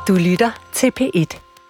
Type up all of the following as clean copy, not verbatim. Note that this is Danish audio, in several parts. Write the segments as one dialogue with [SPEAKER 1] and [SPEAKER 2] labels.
[SPEAKER 1] Du lytter til P1.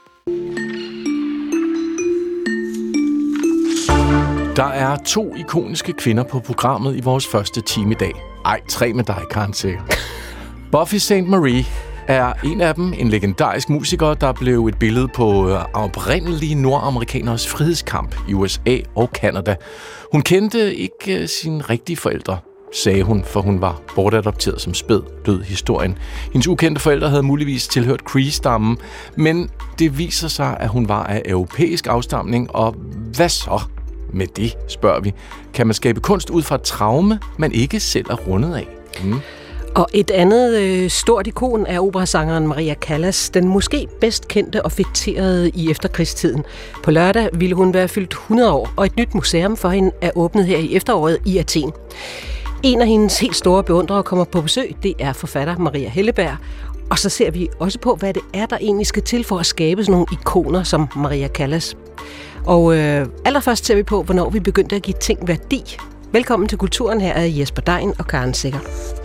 [SPEAKER 2] Der er 2 ikoniske kvinder på programmet i vores første time i dag. 3 med dig, Karen Secher. Buffy Sainte-Marie er en af dem, en legendarisk musiker, der blev et billede på oprindelige nordamerikaners frihedskamp i USA og Canada. Hun kendte ikke sine rigtige forældre, sagde hun, for hun var bortadopteret som spæd, lød historien. Hendes ukendte forældre havde muligvis tilhørt Cree-stammen, men det viser sig, at hun var af europæisk afstamning, og hvad så med det, spørger vi. Kan man skabe kunst ud fra et traume, man ikke selv er rundet af?
[SPEAKER 1] Og et andet stort ikon er operasangeren Maria Callas, den måske bedst kendte og fætterede i efterkrigstiden. På lørdag ville hun være fyldt 100 år, og et nyt museum for hende er åbnet her i efteråret i Athen. En af hendes helt store beundrere kommer på besøg, det er forfatter Maria Helleberg. Og så ser vi også på, hvad det er, der egentlig skal til for at skabe sådan nogle ikoner som Maria Callas. Og allerførst ser vi på, hvornår vi begyndte at give ting værdi. Velkommen til Kulturen, her er Jesper Dein og Karen Secher.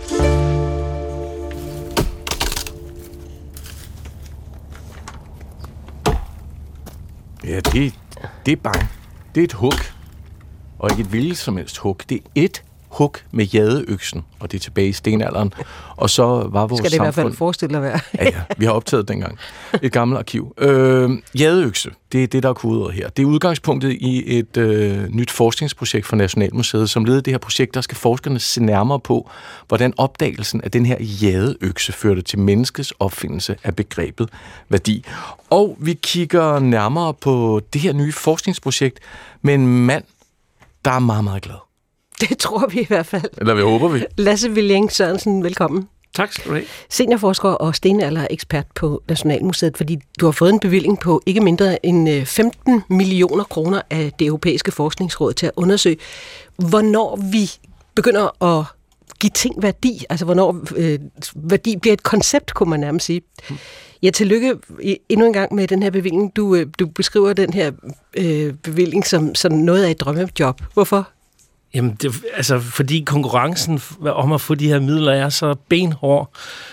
[SPEAKER 2] Ja, det er bang. Det er et hug. Og ikke et hvilket som helst hug. Det er et hug med jadeøksen, og det er tilbage i stenalderen. Og så var vores
[SPEAKER 1] skal det i hvert fald forestille at være.
[SPEAKER 2] Ja, vi har optaget dengang. Et gammelt arkiv. Jadeøkse, det er det, der er kodet her. Det er udgangspunktet i et nyt forskningsprojekt for Nationalmuseet, som leder det her projekt, der skal forskerne se nærmere på, hvordan opdagelsen af den her jadeøkse førte til menneskets opfindelse af begrebet værdi. Og vi kigger nærmere på det her nye forskningsprojekt med en mand, der er meget, meget glad.
[SPEAKER 1] Det tror vi i hvert fald.
[SPEAKER 2] Eller hvad håber vi?
[SPEAKER 1] Lasse Willing Sørensen, velkommen.
[SPEAKER 3] Tak skal du have.
[SPEAKER 1] Seniorforsker og stenalderekspert på Nationalmuseet, fordi du har fået en bevilling på ikke mindre end 15 millioner kroner af det europæiske forskningsråd til at undersøge, hvornår vi begynder at give ting værdi, altså hvornår værdi bliver et koncept, kunne man nærmest sige. Ja, tillykke endnu en gang med den her bevilling. Du beskriver den her bevilling som noget af et drømmejob. Hvorfor?
[SPEAKER 3] Jamen, fordi konkurrencen om at få de her midler er så benhård,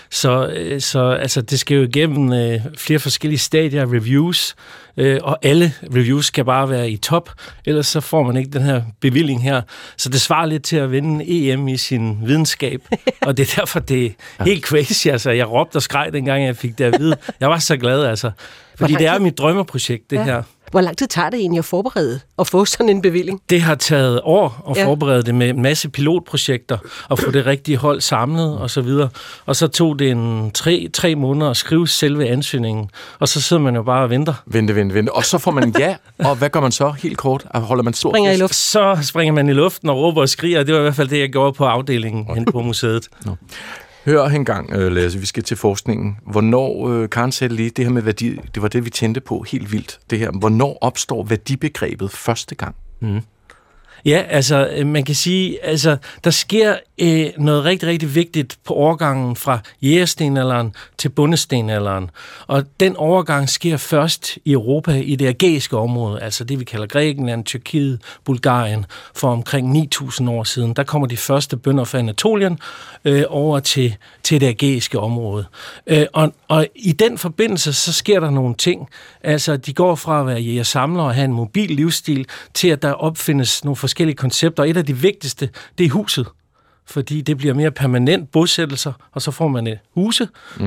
[SPEAKER 3] så det skal jo igennem flere forskellige stadier af reviews, og alle reviews skal bare være i top, ellers så får man ikke den her bevilling her. Så det svarer lidt til at vinde EM i sin videnskab, og det er derfor, det er helt crazy. Altså, jeg råbte og skreg, dengang jeg fik det at vide. Jeg var så glad, altså. Fordi det er mit drømmeprojekt, det her.
[SPEAKER 1] Hvor lang tid tager det egentlig at forberede og få sådan en bevilling?
[SPEAKER 3] Det har taget år at forberede det med en masse pilotprojekter og få det rigtige hold samlet og så videre. Og så tog det en 3 måneder at skrive selve ansøgningen, og så sidder man jo bare og venter.
[SPEAKER 2] Vente. Og så får man og hvad gør man så helt kort? Holder man stor
[SPEAKER 1] springer i luft?
[SPEAKER 3] Så springer man i luften og råber og skriger. Det var i hvert fald det, jeg gjorde på afdelingen hen på museet.
[SPEAKER 2] Hør engang, Lasse, vi skal til forskningen. Hvornår, Karen sagde lige, det her med værdi, det var det, vi tændte på helt vildt. Det her, hvornår opstår værdibegrebet første gang?
[SPEAKER 3] Ja, altså man kan sige, altså der sker noget rigtig, rigtig vigtigt på overgangen fra jægerstenalderen til bondestenalderen. Og den overgang sker først i Europa, i det ægæiske område, altså det vi kalder Grækenland, Tyrkiet, Bulgarien, for omkring 9.000 år siden. Der kommer de første bønder fra Anatolien over til det ægæiske område. Og i den forbindelse, så sker der nogle ting. Altså de går fra at være jægersamlere og have en mobil livsstil, til at der opfindes nogle forskellige koncepter. Et af de vigtigste, det er huset. Fordi det bliver mere permanent bosættelser, og så får man et huse.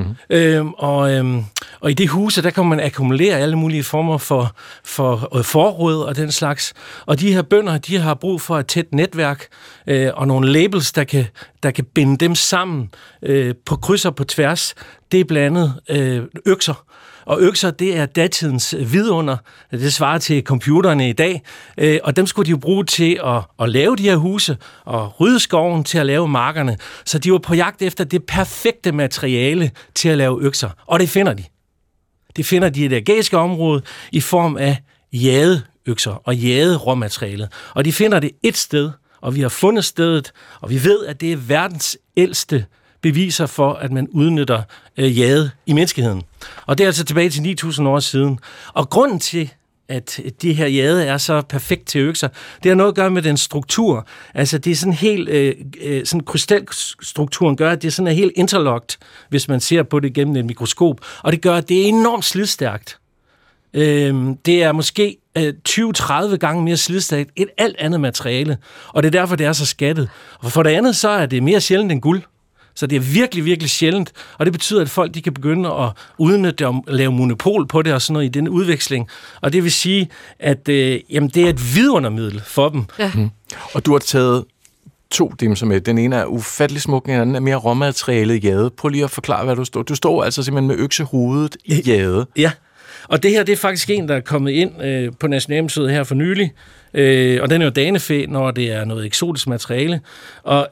[SPEAKER 3] Og i det huse, der kan man akkumulere alle mulige former for forråd og den slags. Og de her bønder, de har brug for et tæt netværk og nogle labels, der kan binde dem sammen på kryds og på tværs. Det er blandt andet økser. Og økser, det er datidens vidunder. Det svarer til computerne i dag. Og dem skulle de jo bruge til at lave de her huse og rydde skoven til at lave markerne. Så de var på jagt efter det perfekte materiale til at lave økser. Og det finder de. Det finder de i det ægæiske område i form af jadeøkser og jaderåmaterialet. Og de finder det et sted, og vi har fundet stedet, og vi ved, at det er verdens ældste beviser for, at man udnytter jade i menneskeheden. Og det er altså tilbage til 9.000 år siden. Og grunden til, at de her jade er så perfekt til økser. Det har noget at gøre med den struktur. Altså, det er sådan helt... sådan krystalstrukturen gør, at det sådan er helt interlocked, hvis man ser på det gennem et mikroskop. Og det gør, at det er enormt slidstærkt. Det er måske 20-30 gange mere slidstærkt end alt andet materiale. Og det er derfor, det er så skattet. Og for det andet, så er det mere sjældent end guld. Så det er virkelig, virkelig sjældent, og det betyder, at folk de kan begynde at udnytte og lave monopol på det og sådan noget i den udveksling. Og det vil sige, at jamen, det er et vidundermiddel for dem. Ja.
[SPEAKER 2] Og du har taget 2 dimser med. Den ene er ufattelig smuk, den anden er mere råmaterialet jade. Prøv lige at forklare, hvad du står. Du står altså simpelthen med øksehovedet i jade.
[SPEAKER 3] Ja, og det her det er faktisk en, der er kommet ind på Nationalmuseet her for nylig. Og den er jo danefæ, når det er noget eksotisk materiale. Og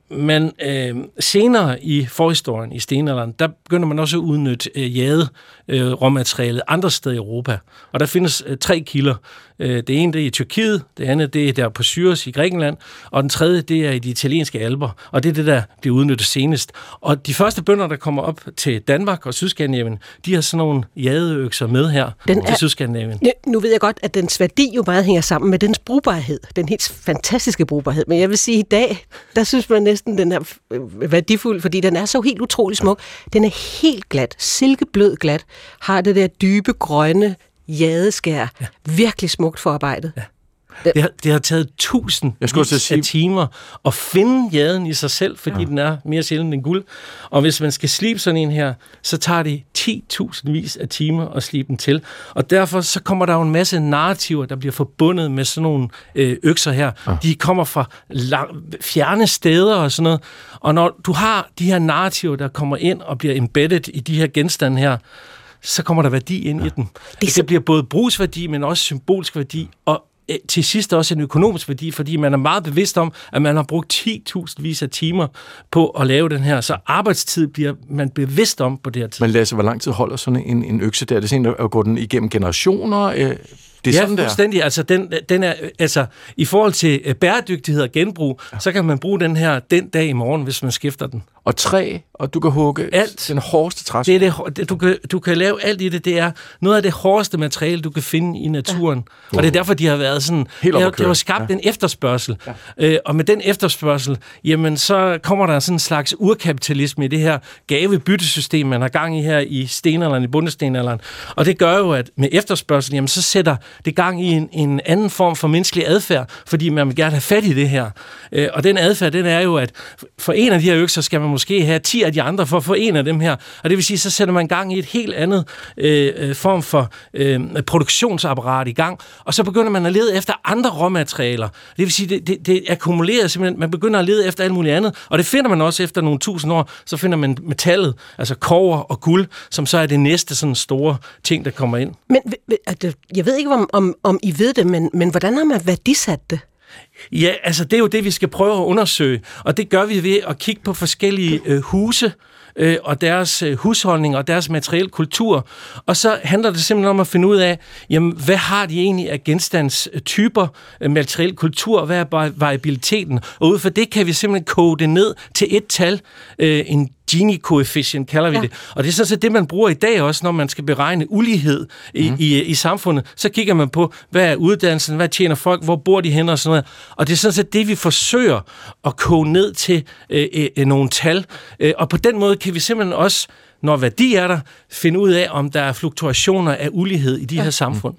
[SPEAKER 3] senere i forhistorien, i stenalderen, der begynder man også at udnytte jade råmaterialet andre steder i Europa. Og der findes 3 kilder. Det ene det er i Tyrkiet, det andet det er der på Syros i Grækenland, og den tredje det er i de italienske alper. Og det er det, der bliver udnyttet senest. Og de første bønder, der kommer op til Danmark og Sydskandinavien, de har sådan nogle jadeøkser med her til Sydskandinavien.
[SPEAKER 1] Nu ved jeg godt, at dens værdi jo meget hænger sammen med dens brugbarhed. Den helt fantastiske brugbarhed. Men jeg vil sige, at i dag, der synes man næsten, den er værdifuld, fordi den er så helt utrolig smuk. Den er helt glat, silkeblød glat, har det der dybe, grønne jadeskær. Ja. Virkelig smukt forarbejdet. Ja.
[SPEAKER 3] Det har taget tusindvis af timer at finde jaden i sig selv, fordi den er mere sjældent end guld. Og hvis man skal slibe sådan en her, så tager det 10.000 af timer at slibe den til. Og derfor så kommer der jo en masse narrativer, der bliver forbundet med sådan nogle økser her. Ja. De kommer fra fjerne steder og sådan noget. Og når du har de her narrativer, der kommer ind og bliver embedded i de her genstande her, så kommer der værdi ind i den. Det bliver både brugsværdi, men også symbolsk værdi, og til sidst også en økonomisk værdi, fordi man er meget bevidst om, at man har brugt 10.000 af timer på at lave den her, så arbejdstid bliver man bevidst om på det her tid.
[SPEAKER 2] Men Lasse, hvor lang tid holder sådan en økse der? Det er sådan, at gå den igennem generationer? Det er sådan der.
[SPEAKER 3] Fuldstændig. Altså, den er, altså, i forhold til bæredygtighed og genbrug, så kan man bruge den her den dag i morgen, hvis man skifter den.
[SPEAKER 2] Og træ, og du kan hugge alt. Den hårdeste træ.
[SPEAKER 3] Du kan lave alt i det. Det er noget af det hårdeste materiale, du kan finde i naturen. Ja. Og det er derfor, de har været sådan... Det har skabt en efterspørgsel. Ja. Og med den efterspørgsel, jamen, så kommer der sådan en slags urkapitalisme i det her gavebyttesystem, man har gang i her i stenalderen, i bondestenalderen. Og det gør jo, at med efterspørgsel, jamen, så sætter det gang i en anden form for menneskelig adfærd, fordi man vil gerne have fat i det her. Og den adfærd, den er jo, at for en af de her økser skal man måske have 10 af de andre for at få en af dem her. Og det vil sige, så sætter man gang i et helt andet form for produktionsapparat i gang, og så begynder man at lede efter andre råmaterialer. Det vil sige, det akkumulerer simpelthen, man begynder at lede efter alt muligt andet, og det finder man også efter nogle 1000 år, så finder man metallet, altså kobber og guld, som så er det næste sådan store ting, der kommer ind.
[SPEAKER 1] Men jeg ved ikke, om I ved det, men hvordan har man værdisat det?
[SPEAKER 3] Ja, altså det er jo det, vi skal prøve at undersøge, og det gør vi ved at kigge på forskellige huse og deres husholdning og deres materielle kultur. Og så handler det simpelthen om at finde ud af, jamen, hvad har de egentlig af genstandstyper, materiel kultur, hvad er variabiliteten? Og ud fra det kan vi simpelthen koge det ned til et tal, en Gini-koefficient kalder vi det. Og det er sådan set det, man bruger i dag også, når man skal beregne ulighed i samfundet. Så kigger man på, hvad er uddannelsen, hvad tjener folk, hvor bor de henne og sådan noget. Og det er sådan set det, vi forsøger at koge ned til nogle tal. Og på den måde kan vi simpelthen også, når værdi er der, finde ud af, om der er fluktuationer af ulighed i de her samfund.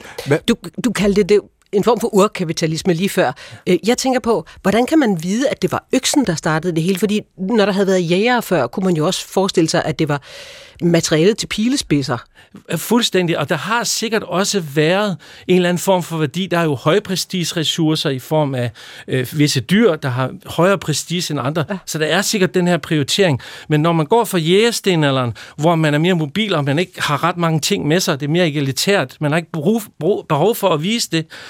[SPEAKER 1] Du kaldte det en form for urkapitalisme lige før. Jeg tænker på, hvordan kan man vide, at det var øksen, der startede det hele? Fordi når der havde været jægere før, kunne man jo også forestille sig, at det var materialet til pilespidser.
[SPEAKER 3] Fuldstændig, og der har sikkert også været en eller anden form for værdi. Der er jo højprestigeressourcer i form af visse dyr, der har højere prestige end andre, så der er sikkert den her prioritering. Men når man går fra jægerstenalderen, hvor man er mere mobil, og man ikke har ret mange ting med sig, det er mere egalitært, man har ikke behov for at vise det,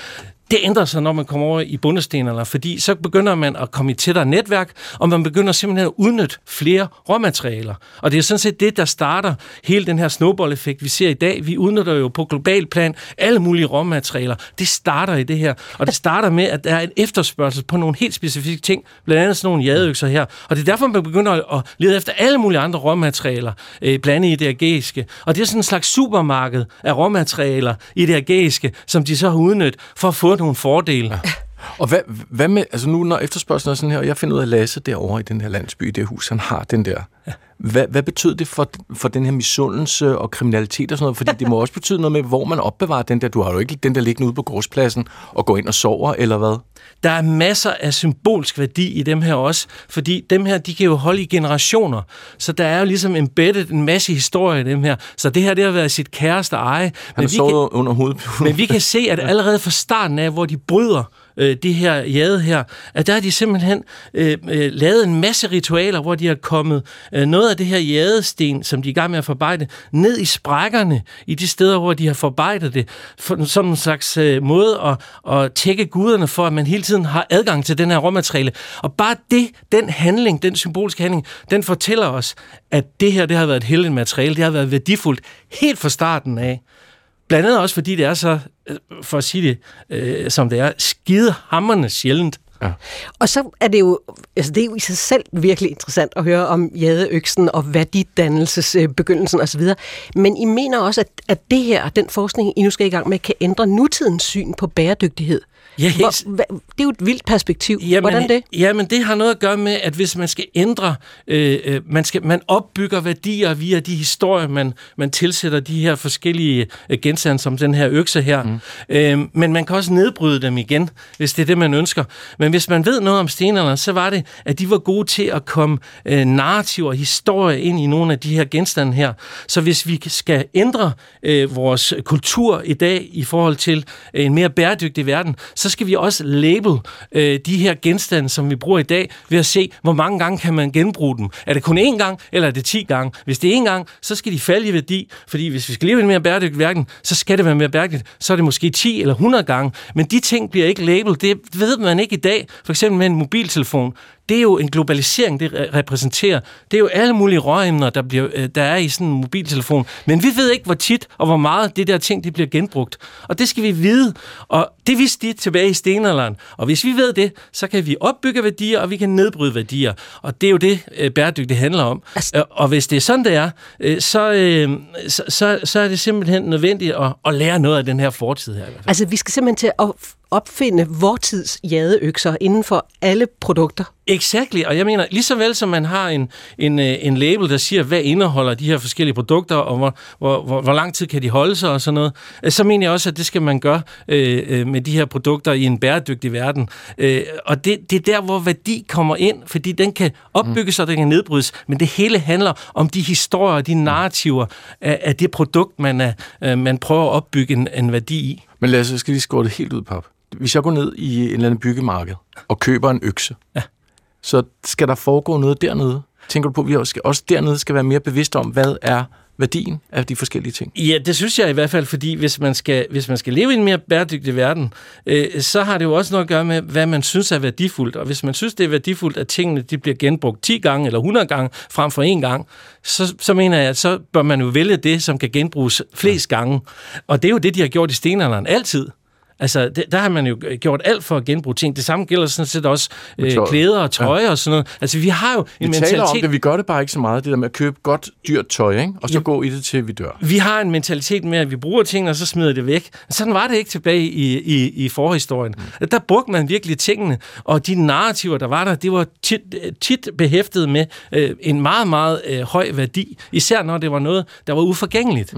[SPEAKER 3] Det ændrer sig, når man kommer over i bundestenerne, fordi så begynder man at komme i tættere netværk, og man begynder simpelthen at udnytte flere råmaterialer. Og det er sådan set det, der starter hele den her snowball-effekt, vi ser i dag. Vi udnytter jo på global plan alle mulige råmaterialer. Det starter i det her, og det starter med, at der er en efterspørgsel på nogle helt specifikke ting, blandt andet sådan nogle jadeøkser her. Og det er derfor, man begynder at lede efter alle mulige andre råmaterialer, blandt andet i det ægæiske. Og det er sådan en slags supermarked af råmaterialer i det ægæiske, som de så har udnyttet for at få nogle fordele. Ja.
[SPEAKER 2] Og hvad med, altså nu når efterspørgselen er sådan her, og jeg finder ud af Lasse derovre i den her landsby, i det hus, han har den der. Ja. Hvad betyder det for den her misundelse og kriminalitet og sådan noget? Fordi det må også betyde noget med, hvor man opbevarer den der. Du har jo ikke den der liggende ude på gårdspladsen og går ind og sover, eller hvad?
[SPEAKER 3] Der er masser af symbolsk værdi i dem her også, fordi dem her, de kan jo holde i generationer. Så der er jo ligesom embedded en masse historie i dem her. Så det her, det har været sit kæreste eje.
[SPEAKER 2] Han har sovet under hovedet.
[SPEAKER 3] Men vi kan se, at allerede fra starten af, hvor de bryder de her jade her, at der har de simpelthen lavet en masse ritualer, hvor de har kommet noget af det her jadesten, som de er i gang med at forarbejde, ned i sprækkerne i de steder, hvor de har forarbejdet det, som en slags måde at tjekke guderne for, at man hele tiden har adgang til den her råmateriale. Og bare den handling, den symbolske handling, den fortæller os, at det her, det har været et helligt materiale, det har været værdifuldt helt fra starten af. Blandt andet også, fordi det er så, for at sige det, som det er, skidehamrende sjældent.
[SPEAKER 1] Ja. Og så er det jo, altså det er jo i sig selv virkelig interessant at høre om jadeøksen og værdidannelsesbegyndelsen osv. Men I mener også, at det her, den forskning, I nu skal i gang med, kan ændre nutidens syn på bæredygtighed. Ja, det er jo et vildt perspektiv. Hvordan det?
[SPEAKER 3] Jamen, det har noget at gøre med, at hvis man skal ændre, man opbygger værdier via de historier, man tilsætter de her forskellige genstande, som den her økse her. Men man kan også nedbryde dem igen, hvis det er det, man ønsker. Men hvis man ved noget om stenalderen, så var det, at de var gode til at komme narrativer og historier ind i nogle af de her genstande her. Så hvis vi skal ændre vores kultur i dag i forhold til en mere bæredygtig verden, så skal vi også label de her genstande, som vi bruger i dag, ved at se, hvor mange gange kan man genbruge dem. Er det kun 1 gang, eller er det 10 gange? Hvis det er 1 gang, så skal de falde i værdi, fordi hvis vi skal leve i en mere bæredygtig verden, så skal det være mere bæredygtigt. Så er det måske 10 eller 100 gange. Men de ting bliver ikke labelt. Det ved man ikke i dag. For eksempel med en mobiltelefon. Det er jo en globalisering, det repræsenterer. Det er jo alle mulige råemner, der er i sådan en mobiltelefon. Men vi ved ikke, hvor tit og hvor meget det der ting, det bliver genbrugt. Og det skal vi vide. Og det vidste de tilbage i stenalderen. Og hvis vi ved det, så kan vi opbygge værdier, og vi kan nedbryde værdier. Og det er jo det, bæredygtighed handler om. Og hvis det er sådan, det er, så er det simpelthen nødvendigt at lære noget af den her fortid her.
[SPEAKER 1] Altså, vi skal simpelthen til at opfinde vortids jadeøkser inden for alle produkter.
[SPEAKER 3] Exakt, og jeg mener, lige så vel som man har en label, der siger, hvad indeholder de her forskellige produkter, og hvor lang tid kan de holde sig og sådan noget, så mener jeg også, at det skal man gøre med de her produkter i en bæredygtig verden. Og det er der, hvor værdi kommer ind, fordi den kan opbygges, og den kan nedbrydes, men det hele handler om de historier og de narrativer af det produkt, man prøver at opbygge en værdi i.
[SPEAKER 2] Men lad os skal lige skåre det helt ud, pap. Hvis jeg går ned i en eller anden byggemarked og køber en økse, så skal der foregå noget dernede? Tænker du på, at vi også dernede skal være mere bevidste om, hvad er værdien af de forskellige ting?
[SPEAKER 3] Ja, det synes jeg i hvert fald, fordi hvis man skal leve i en mere bæredygtig verden, så har det jo også noget at gøre med, hvad man synes er værdifuldt. Og hvis man synes, det er værdifuldt, at tingene de bliver genbrugt 10 gange eller 100 gange frem for 1 gang, så mener jeg, at så bør man jo vælge det, som kan genbruges flest gange. Og det er jo det, de har gjort i stenalderen altid. Altså, der har man jo gjort alt for at genbruge ting. Det samme gælder sådan set også klæder og tøj og sådan noget. Altså, vi har jo en mentalitet...
[SPEAKER 2] Vi taler om det, vi gør det bare ikke så meget, det der med at købe godt, dyrt tøj, ikke? Og så gå i det til, vi dør.
[SPEAKER 3] Vi har en mentalitet med, at vi bruger ting, og så smider det væk. Sådan var det ikke tilbage i forhistorien. Der brugte man virkelig tingene, og de narrativer, der var der, det var tit behæftet med en meget, meget høj værdi. Især når det var noget, der var uforgængeligt.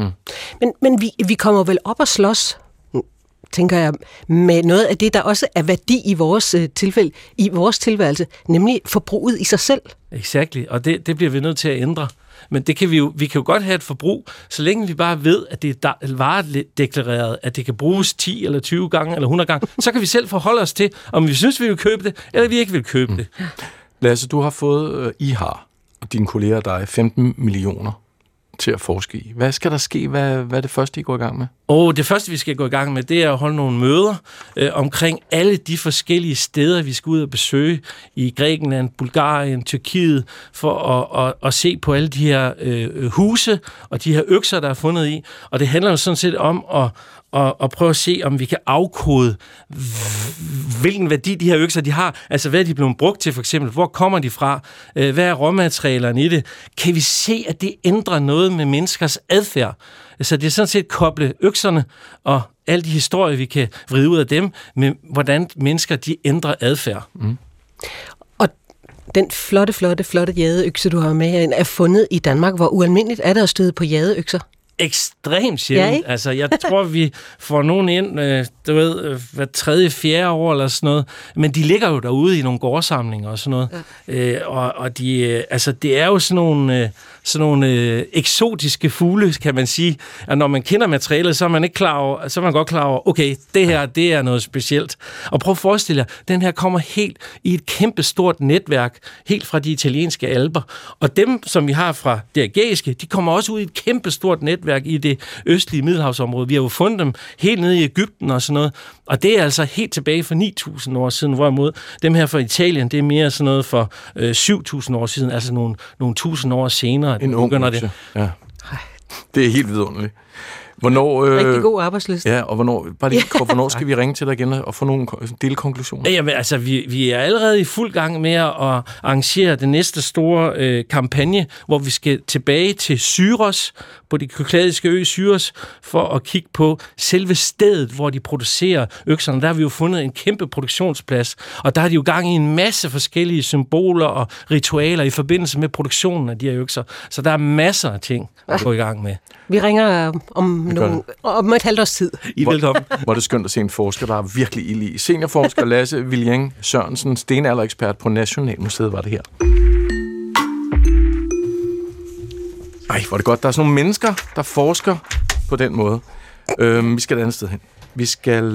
[SPEAKER 1] Men vi kommer vel op og slås, tænker jeg, med noget af det, der også er værdi i vores tilfælde, i vores tilværelse, nemlig forbruget i sig selv.
[SPEAKER 3] Exakt, og det bliver vi nødt til at ændre. Men det kan vi kan jo godt have et forbrug, så længe vi bare ved, at det er varedeklareret, at det kan bruges 10 eller 20 gange eller 100 gange, så kan vi selv forholde os til, om vi synes, vi vil købe det, eller vi ikke vil købe det.
[SPEAKER 2] Lasse, du har fået, og dine kolleger, der er 15 millioner til at forske i. Hvad skal der ske? Hvad er det første, I går i gang med?
[SPEAKER 3] Og det første, vi skal gå i gang med, det er at holde nogle møder omkring alle de forskellige steder, vi skal ud og besøge i Grækenland, Bulgarien, Tyrkiet, for at se på alle de her huse og de her økser, der er fundet i. Og det handler jo sådan set om at prøve at se, om vi kan afkode, hvilken værdi de her økser de har. Altså, hvad er de blevet brugt til, for eksempel? Hvor kommer de fra? Hvad er råmaterialerne i det? Kan vi se, at det ændrer noget med menneskers adfærd? Så det er sådan set koble økserne og alle de historier, vi kan vride ud af dem, med hvordan mennesker de ændrer adfærd. Mm.
[SPEAKER 1] Og den flotte jadeøkse, du har med, er fundet i Danmark. Hvor ualmindeligt er det at støde på jadeøkser?
[SPEAKER 3] Ekstremt sjældent. Ja, altså, jeg tror, vi får nogen ind, hver 3., 4. år eller sådan noget, men de ligger jo derude i nogle gårdsamlinger og sådan noget. Ja. Og de, altså, det er jo sådan nogle eksotiske fugle, kan man sige, at når man kender materialet, så er man ikke klar over, så er man godt klar over, okay, det her, det er noget specielt. Og prøv at forestille jer, den her kommer helt i et kæmpe stort netværk, helt fra de italienske alper. Og dem, som vi har fra det ægæiske, de kommer også ud i et kæmpe stort netværk i det østlige Middelhavsområde. Vi har jo fundet dem helt nede i Egypten og sådan noget, og det er altså helt tilbage for 9.000 år siden, hvorimod dem her fra Italien, det er mere sådan noget for 7.000 år siden, altså nogle 1.000 år senere.
[SPEAKER 2] En ung det. Ja. Det er helt vidunderligt. Hvornår,
[SPEAKER 1] rigtig god arbejdsliste.
[SPEAKER 2] Ja, og hvornår skal vi ringe til dig igen og få nogle delkonklusioner?
[SPEAKER 3] Jamen, altså, vi er allerede i fuld gang med at arrangere den næste store kampagne, hvor vi skal tilbage til Syros, på de kykladiske ø Syros, for at kigge på selve stedet, hvor de producerer økserne. Der har vi jo fundet en kæmpe produktionsplads, og der har de jo gang i en masse forskellige symboler og ritualer i forbindelse med produktionen af de her økser. Så der er masser af ting at gå i gang med.
[SPEAKER 1] Vi ringer om et halvt års tid.
[SPEAKER 3] Velkommen.
[SPEAKER 2] Hvor er det skønt at se en forsker, der er virkelig ild i. Seniorforsker Lasse Willieng Sørensen, stenalderekspert på Nationalmuseet, var det her. Ej, hvor er det godt. Der er sådan nogle mennesker, der forsker på den måde. Vi skal et andet sted hen. Vi skal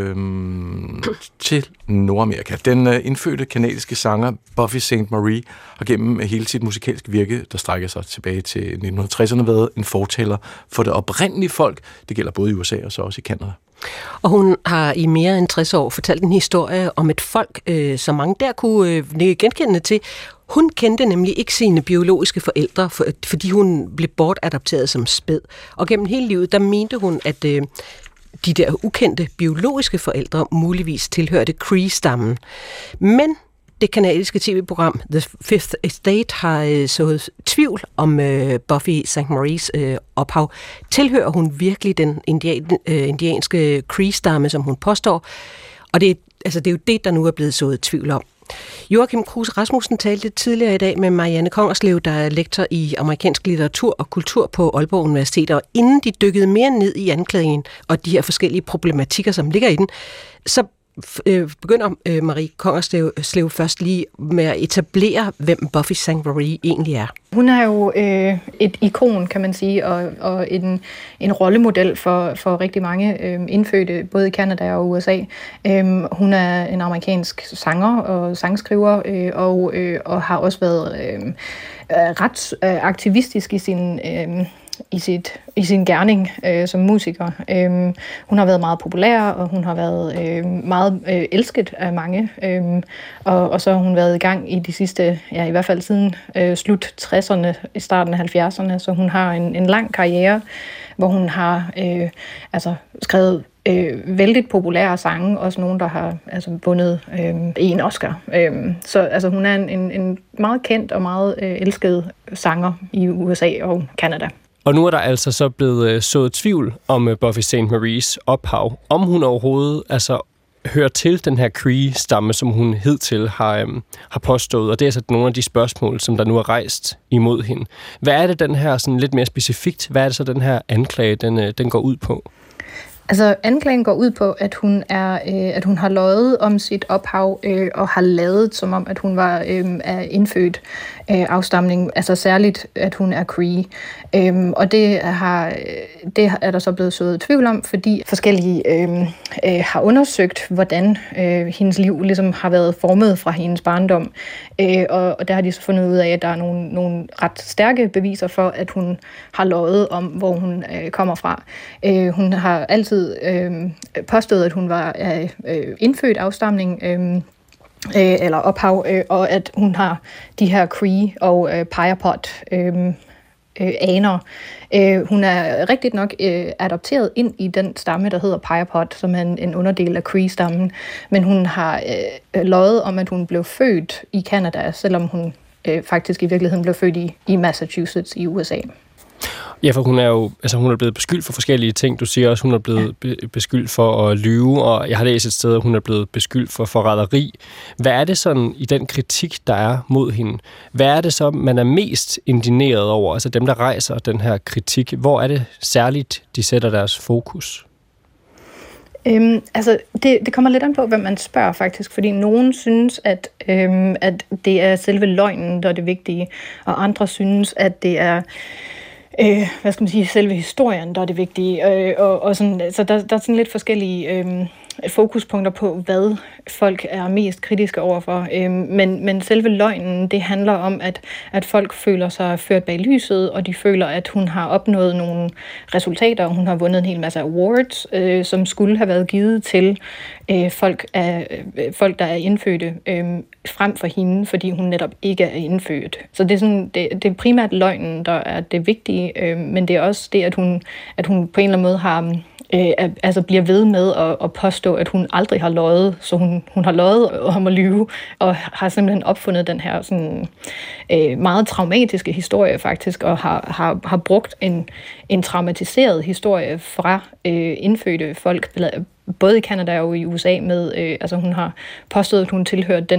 [SPEAKER 2] til Nordamerika. Den indfødte kanadiske sanger Buffy St. Marie har gennem hele sit musikalske virke, der strækker sig tilbage til 1960'erne, været en fortaler for det oprindelige folk. Det gælder både i USA og så også i Canada.
[SPEAKER 1] Og hun har i mere end 60 år fortalt en historie om et folk, som mange der kunne nikke genkendende til. Hun kendte nemlig ikke sine biologiske forældre, fordi hun blev bortadopteret som spæd. Og gennem hele livet, der mente hun, at de der ukendte biologiske forældre muligvis tilhørte Cree-stammen. Men det kanadiske tv-program The Fifth Estate har sået tvivl om Buffy St. Maries ophav. Tilhører hun virkelig den indianske Cree-stamme, som hun påstår? Og det er jo det, der nu er blevet sået tvivl om. Joachim Kruse Rasmussen talte tidligere i dag med Marianne Kongerslev, der er lektor i amerikansk litteratur og kultur på Aalborg Universitet, og inden de dykkede mere ned i anklagen og de her forskellige problematikker, som ligger i den, så begynder Marie Kongerslev først lige med at etablere, hvem Buffy St. Marie egentlig er.
[SPEAKER 4] Hun er jo et ikon, kan man sige, og en rollemodel for rigtig mange indfødte, både i Canada og USA. Hun er en amerikansk sanger og sangskriver, og har også været ret aktivistisk i sin gerning som musiker. Hun har været meget populær, og hun har været meget elsket af mange. Og så har hun været i gang i de sidste, i hvert fald siden slut 60'erne, starten af 70'erne. Så hun har en lang karriere, hvor hun har skrevet vældig populære sange, også nogen, der har vundet en Oscar. Så hun er en meget kendt og meget elsket sanger i USA og Canada.
[SPEAKER 5] Og nu er der altså så blevet sået tvivl om Buffy St. Maries ophav. Om hun overhovedet hører til den her Cree-stamme, som hun hidtil har påstået. Og det er altså nogle af de spørgsmål, som der nu er rejst imod hende. Hvad er det den her sådan lidt mere specifikt? Hvad er det så den her anklage, den går ud på?
[SPEAKER 4] Altså, anklagen går ud på, at hun har løjet om sit ophav og har ladet som om, at hun var indfødt afstamning, altså særligt, at hun er Cree. Og det er der så blevet sået tvivl om, fordi forskellige har undersøgt, hvordan hendes liv ligesom har været formet fra hendes barndom. Og der har de så fundet ud af, at der er nogle ret stærke beviser for, at hun har løjet om, hvor hun kommer fra. Hun har altid påstået, at hun var af indfødt afstamning, eller ophav, og at hun har de her Cree og Payapot aner. Hun er rigtigt nok adopteret ind i den stamme, der hedder Payapot, som er en underdel af Cree-stammen, men hun har løjet om, at hun blev født i Canada, selvom hun faktisk i virkeligheden blev født i Massachusetts i USA.
[SPEAKER 5] Ja, for hun er blevet beskyldt for forskellige ting. Du siger også, hun er blevet beskyldt for at lyve, og jeg har læst et sted, at hun er blevet beskyldt for forræderi. Hvad er det sådan i den kritik, der er mod hende? Hvad er det så, man er mest indigneret over? Altså dem, der rejser den her kritik. Hvor er det særligt, de sætter deres fokus?
[SPEAKER 4] Det kommer lidt an på, hvad man spørger faktisk, fordi nogen synes, at det er selve løgnen, der er det vigtige, og andre synes, at det er selve historien, der er det vigtige. Og sådan, så der er sådan lidt forskellige fokuspunkter på, hvad folk er mest kritiske overfor. Men selve løgnen, det handler om, at folk føler sig ført bag lyset, og de føler, at hun har opnået nogle resultater. Hun har vundet en hel masse awards, som skulle have været givet til folk, der er indfødte, frem for hende, fordi hun netop ikke er indfødt. Så det er, sådan, det er primært løgnen, der er det vigtige, men det er også det, at hun på en eller anden måde har bliver ved med at påstå, at hun aldrig har løjet, så hun har løjet om at lyve, og har simpelthen opfundet den her sådan, meget traumatiske historie faktisk, og har brugt en traumatiseret historie fra indfødte folk, både i Canada og i USA med, hun har påstået, at hun tilhørte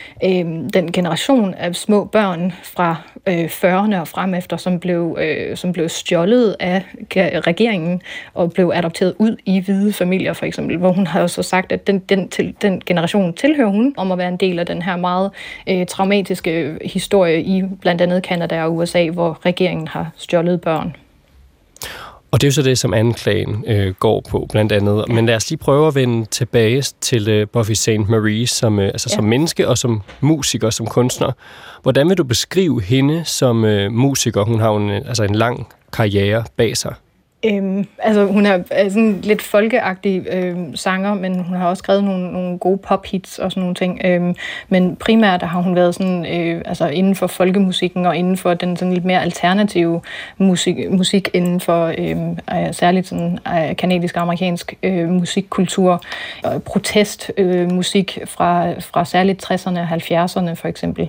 [SPEAKER 4] den generation af små børn fra 40'erne og frem efter, som blev stjålet af regeringen og blev adopteret ud i hvide familier, for eksempel, hvor hun har så sagt, at den generation tilhører hun, om at være en del af den her meget traumatiske historie i blandt andet Canada og USA, hvor regeringen har stjålet børn.
[SPEAKER 5] Og det er jo så det, som anklagen går på, blandt andet. Men lad os lige prøve at vende tilbage til Buffy St. Marie som menneske og som musiker, som kunstner. Hvordan vil du beskrive hende som musiker? Hun har jo en lang karriere bag sig.
[SPEAKER 4] Hun er sådan lidt folkeagtig sanger, men hun har også skrevet nogle gode pop-hits og sådan nogle ting. Men primært har hun været sådan, inden for folkemusikken og inden for den sådan lidt mere alternative musik inden for særligt sådan kanadisk-amerikansk musikkultur. Protestmusik fra særligt 60'erne og 70'erne for eksempel.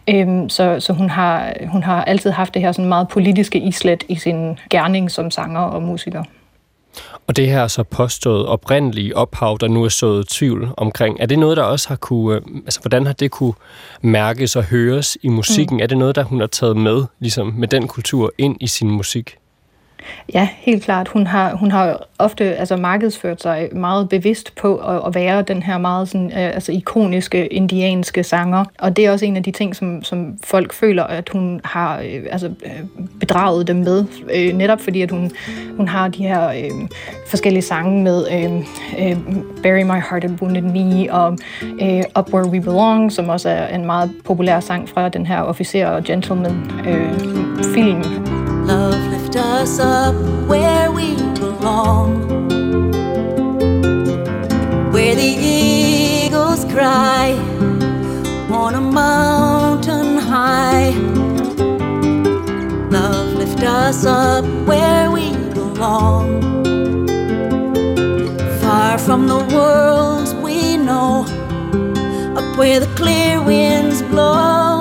[SPEAKER 4] Så hun har altid haft det her sådan meget politiske islet i sin gerning som sanger og musiker.
[SPEAKER 5] Og det her så påstået oprindelige ophav, der nu er sået tvivl omkring, er det noget, der også har kunne, hvordan har det kunne mærkes og høres i musikken? Er det noget, der hun har taget med, ligesom med den kultur, ind i sin musik?
[SPEAKER 4] Ja, helt klart. Hun har ofte markedsført sig meget bevidst på at være den her meget sådan, ikoniske indianske sanger. Og det er også en af de ting, som folk føler, at hun har bedraget dem med. Netop fordi, at hun har de her forskellige sange med Bury My Heart and Wounded Knee og Up Where We Belong, som også er en meget populær sang fra den her Officer og Gentleman film.
[SPEAKER 6] Love lift us up where we belong, where the eagles cry on a mountain high. Love lift us up where we belong, far from the worlds we know, up where the clear winds blow.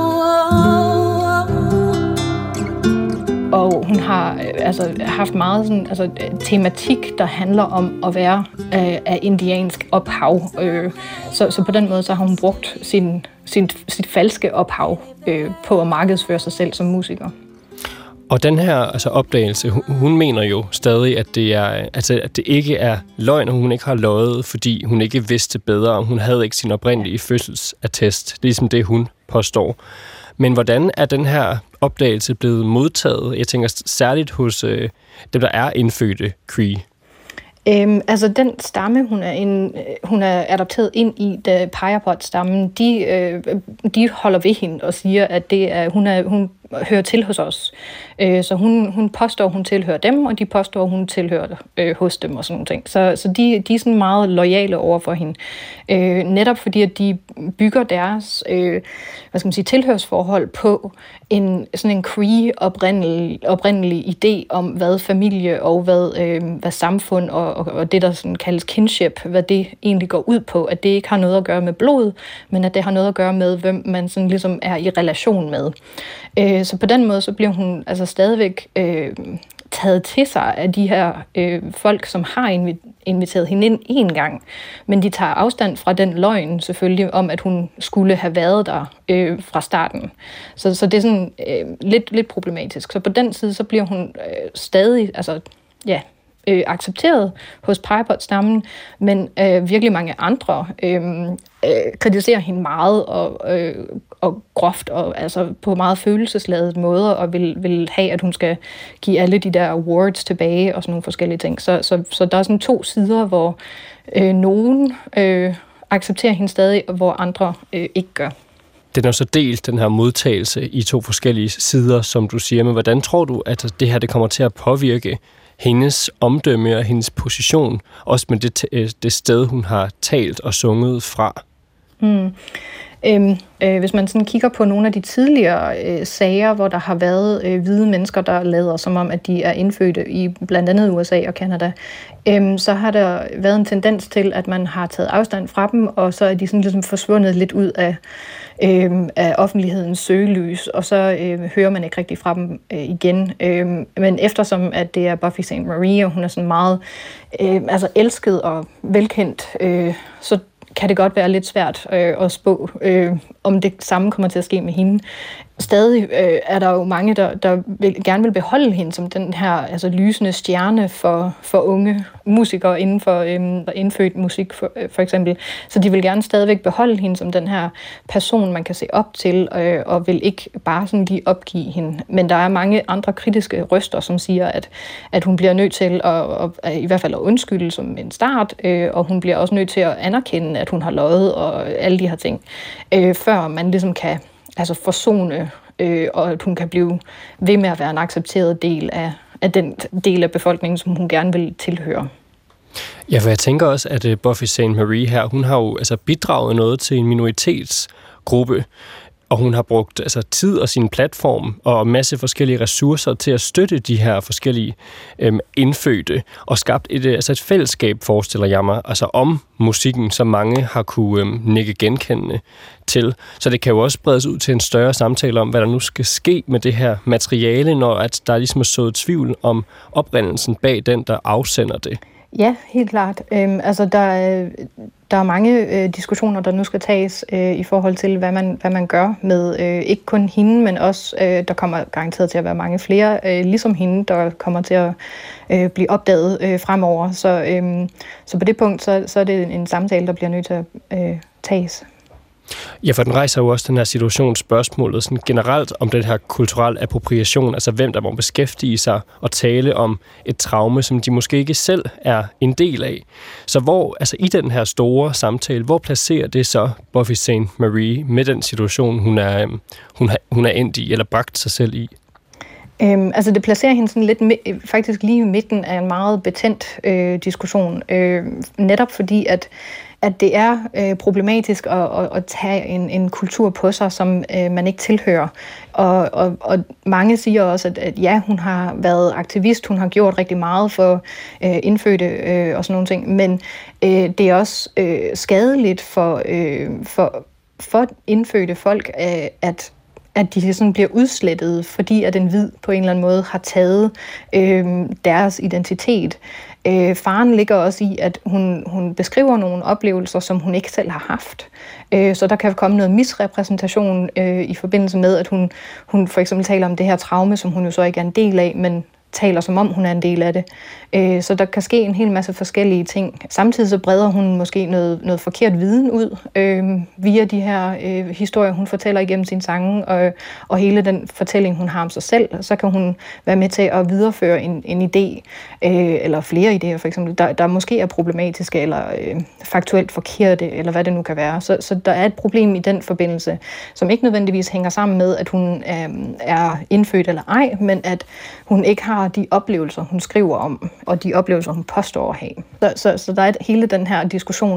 [SPEAKER 4] Og hun har haft meget sådan, tematik, der handler om at være af indiansk ophav. Så på den måde så har hun brugt sit falske ophav på at markedsføre sig selv som musiker.
[SPEAKER 5] Og den her opdagelse, hun mener jo stadig, at det er, at det ikke er løgn, og hun ikke har løjet, fordi hun ikke vidste bedre, og hun havde ikke sin oprindelige fødselsattest. Det er ligesom det, hun påstår. Men hvordan er den her opdagelse blevet modtaget? Jeg tænker særligt hos dem, der er indfødte Cree.
[SPEAKER 4] Altså den stamme, hun er adopteret ind i, Pajapot-stammen, de holder ved hende og siger, at hun hører til hos os. Så hun påstår, hun tilhører dem, og de påstår, hun tilhører hos dem og sådan nogle ting. Så de er sådan meget loyale over for hende. Netop fordi, at de bygger deres tilhørsforhold på sådan en Cree-oprindelig idé om, hvad familie og hvad samfund og det, der sådan kaldes kinship, hvad det egentlig går ud på. At det ikke har noget at gøre med blod, men at det har noget at gøre med, hvem man sådan ligesom er i relation med. Så på den måde, så bliver hun altså stadigvæk taget til sig af de her folk, som har inviteret hende ind en gang. Men de tager afstand fra den løgn selvfølgelig om, at hun skulle have været der fra starten. Så det er sådan lidt problematisk. Så på den side, så bliver hun stadig accepteret hos Pajapot-stammen, men virkelig mange andre kritiserer hende meget og groft og altså på meget følelsesladede måder og vil have, at hun skal give alle de der awards tilbage og sådan nogle forskellige ting. Så der er sådan to sider, hvor nogen accepterer hende stadig, og hvor andre ikke gør.
[SPEAKER 5] Den er så delt, den her modtagelse, i to forskellige sider, som du siger. Men hvordan tror du, at det her det kommer til at påvirke hendes omdømme og hendes position, også med det sted, hun har talt og sunget fra?
[SPEAKER 4] Hvis man sådan kigger på nogle af de tidligere sager, hvor der har været hvide mennesker, der lader som om, at de er indfødte i blandt andet USA og Canada, så har der været en tendens til, at man har taget afstand fra dem, og så er de sådan ligesom forsvundet lidt ud af offentlighedens søgelys, og så hører man ikke rigtig fra dem igen. Men eftersom at det er Buffy St. Marie, og hun er sådan meget elsket og velkendt, så kan det godt være lidt svært at spå, om det samme kommer til at ske med hende. Stadig er der jo mange, der gerne vil beholde hende som den her lysende stjerne for unge musikere inden for indfødt musik, for eksempel. Så de vil gerne stadigvæk beholde hende som den her person, man kan se op til, og vil ikke bare sådan lige opgive hende. Men der er mange andre kritiske røster, som siger, at hun bliver nødt til at i hvert fald at undskylde som en start, og hun bliver også nødt til at anerkende, at hun har løjet og alle de her ting, før man ligesom kan forsone, og at hun kan blive ved med at være en accepteret del af den del af befolkningen, som hun gerne vil tilhøre.
[SPEAKER 5] Ja, for jeg tænker også, at Buffy St. Marie her, hun har jo bidraget noget til en minoritetsgruppe, og hun har brugt tid og sin platform og en masse forskellige ressourcer til at støtte de her forskellige indfødte, og skabt et fællesskab, forestiller jeg mig, om musikken, som mange har kunne nikke genkendende til. Så det kan jo også bredes ud til en større samtale om, hvad der nu skal ske med det her materiale, når at der ligesom er sået tvivl om oprindelsen bag den, der afsender det.
[SPEAKER 4] Ja, helt klart. Der er mange diskussioner, der nu skal tages i forhold til, hvad man gør med ikke kun hende, men også, der kommer garanteret til at være mange flere, ligesom hende, der kommer til at blive opdaget fremover. Så på det punkt, så er det en samtale, der bliver nødt til at tages.
[SPEAKER 5] Ja, for den rejser jo også den her situationsspørgsmålet sådan generelt om den her kulturelle appropriation, hvem der må beskæftige sig og tale om et traume, som de måske ikke selv er en del af. Så hvor, i den her store samtale, hvor placerer det så Buffy St. Marie med den situation, hun er endt i, eller bragt sig selv i?
[SPEAKER 4] Det placerer hende sådan lidt faktisk lige i midten af en meget betændt diskussion, netop fordi at det er problematisk at tage en kultur på sig, som man ikke tilhører. Og mange siger også, at ja, hun har været aktivist, hun har gjort rigtig meget for indfødte og sådan nogle ting, men det er også skadeligt for indfødte folk, at de sådan bliver udslettet, fordi at en hvid på en eller anden måde har taget deres identitet. Faren ligger også i, at hun beskriver nogle oplevelser, som hun ikke selv har haft. Så der kan komme noget misrepræsentation i forbindelse med, at hun for eksempel taler om det her traume, som hun jo så ikke er en del af, men taler som om hun er en del af det. Så der kan ske en hel masse forskellige ting. Samtidig så breder hun måske noget forkert viden ud via de her historier, hun fortæller igennem sine sange, og hele den fortælling, hun har om sig selv. Så kan hun være med til at videreføre en idé, eller flere idéer for eksempel, der måske er problematiske, eller faktuelt forkerte, eller hvad det nu kan være. Så der er et problem i den forbindelse, som ikke nødvendigvis hænger sammen med, at hun er indfødt eller ej, men at hun ikke har de oplevelser, hun skriver om, og de oplevelser, hun påstår at have. Så der er hele den her diskussion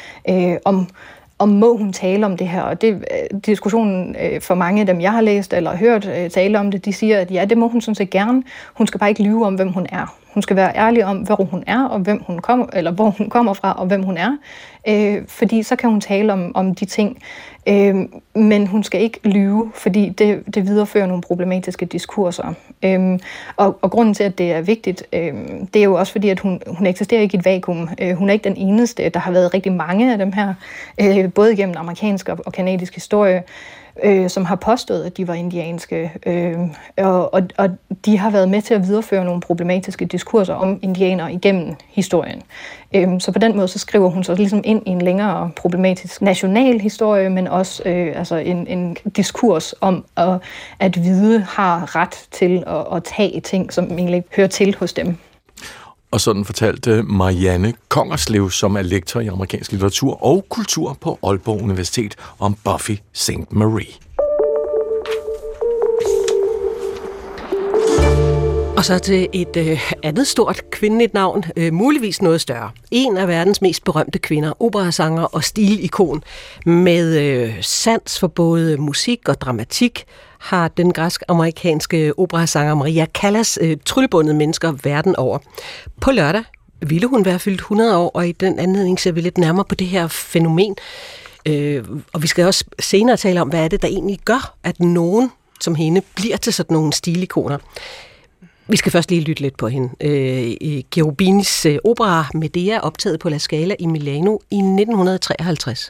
[SPEAKER 4] om må hun tale om det her, og det diskussionen for mange af dem, jeg har læst eller hørt tale om det, de siger, at ja, det må hun sådan set gerne. Hun skal bare ikke lyve om, hvem hun er. Hun skal være ærlig om, hvor hun er, og hvem hun kommer, eller hvor hun kommer fra, og hvem hun er. Fordi så kan hun tale om de ting. Men hun skal ikke lyve, fordi det viderefører nogle problematiske diskurser. Og grunden til, at det er vigtigt, det er jo også fordi, at hun eksisterer ikke i et vakuum. Hun er ikke den eneste. Der har været rigtig mange af dem her, både igennem amerikansk og kanadisk historie, som har påstået, at de var indianske. Og de har været med til at videreføre nogle problematiske diskurser om indianere igennem historien. Så på den måde så skriver hun så ligesom ind i en længere problematisk national historie, men også en diskurs om, at hvide har ret til at tage ting, som egentlig hører til hos dem.
[SPEAKER 2] Og sådan fortalte Marianne Kongerslev, som er lektor i amerikansk litteratur og kultur på Aalborg Universitet, om Buffy St. Marie.
[SPEAKER 1] Og så til et andet stort kvindeligt navn, muligvis noget større. En af verdens mest berømte kvinder, operasanger og stilikon, med sans for både musik og dramatik, har den græsk-amerikanske operasanger Maria Callas tryllebundet mennesker verden over. På lørdag ville hun være fyldt 100 år, og i den anledning ser vi lidt nærmere på det her fænomen. Og vi skal også senere tale om, hvad er det, der egentlig gør, at nogen som hende bliver til sådan nogle stilikoner. Vi skal først lige lytte lidt på hende. Cherubins opera Medea, optaget på La Scala i Milano i 1953.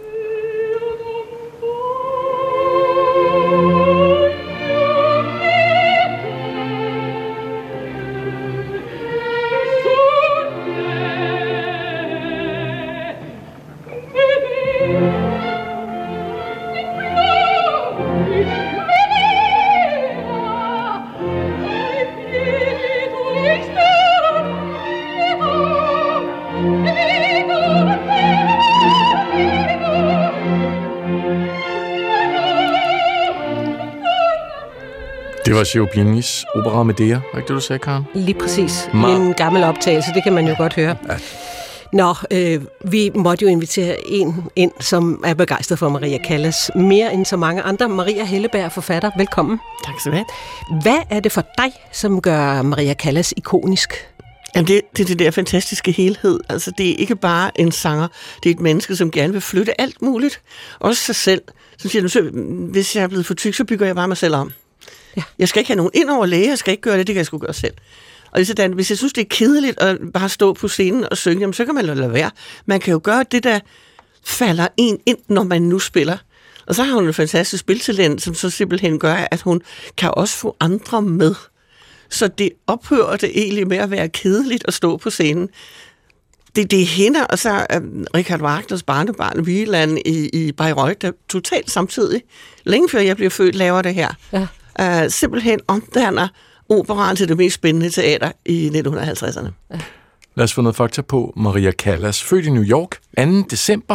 [SPEAKER 2] Det var Cherubinis opera Medea, var ikke det, du sagde, Karen?
[SPEAKER 1] Lige præcis. En gammel optagelse, det kan man jo godt høre. Ja. Nå, vi måtte jo invitere en ind, som er begejstret for Maria Callas. Mere end så mange andre. Maria Helleberg, forfatter. Velkommen.
[SPEAKER 7] Tak skal du have.
[SPEAKER 1] Hvad er det for dig, som gør Maria Callas ikonisk?
[SPEAKER 7] Jamen det er det der fantastiske helhed. Altså, det er ikke bare en sanger. Det er et menneske, som gerne vil flytte alt muligt. Også sig selv. Så siger du, hvis jeg er blevet for tyk, så bygger jeg bare mig selv om. Ja. Jeg skal ikke have nogen ind over læge, jeg skal ikke gøre det kan jeg sgu gøre selv. Og sådan, hvis jeg synes, det er kedeligt at bare stå på scenen og synge, jamen, så kan man lade være. Man kan jo gøre det, der falder en ind, når man nu spiller. Og så har hun en fantastisk spiltalent, som så simpelthen gør, at hun kan også få andre med. Så det ophører det egentlig med at være kedeligt at stå på scenen. Det er hende, og så Richard Wagners barnebarn Wieland i Bayreuth, der totalt samtidig, længe før jeg blev født, laver det her. Ja. Simpelthen omdanner operaen til det mest spændende teater i 1950'erne. Ja.
[SPEAKER 2] Lad os få noget fakta på Maria Callas. Født i New York 2. december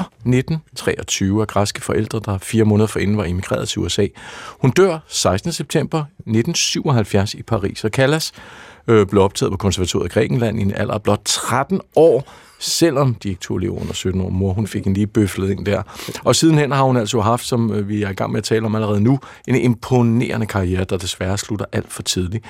[SPEAKER 2] 1923 af græske forældre, der 4 måneder forinden var emigreret til USA. Hun dør 16. september 1977 i Paris, og Callas blev optaget på konservatoriet i Grækenland i en alder af blot 13 år, selvom de ikke tog leve under 17 år. Mor, hun fik en lige bøflet ind der. Og sidenhen har hun altså haft, som vi er i gang med at tale om allerede nu, en imponerende karriere, der desværre slutter alt for tidligt.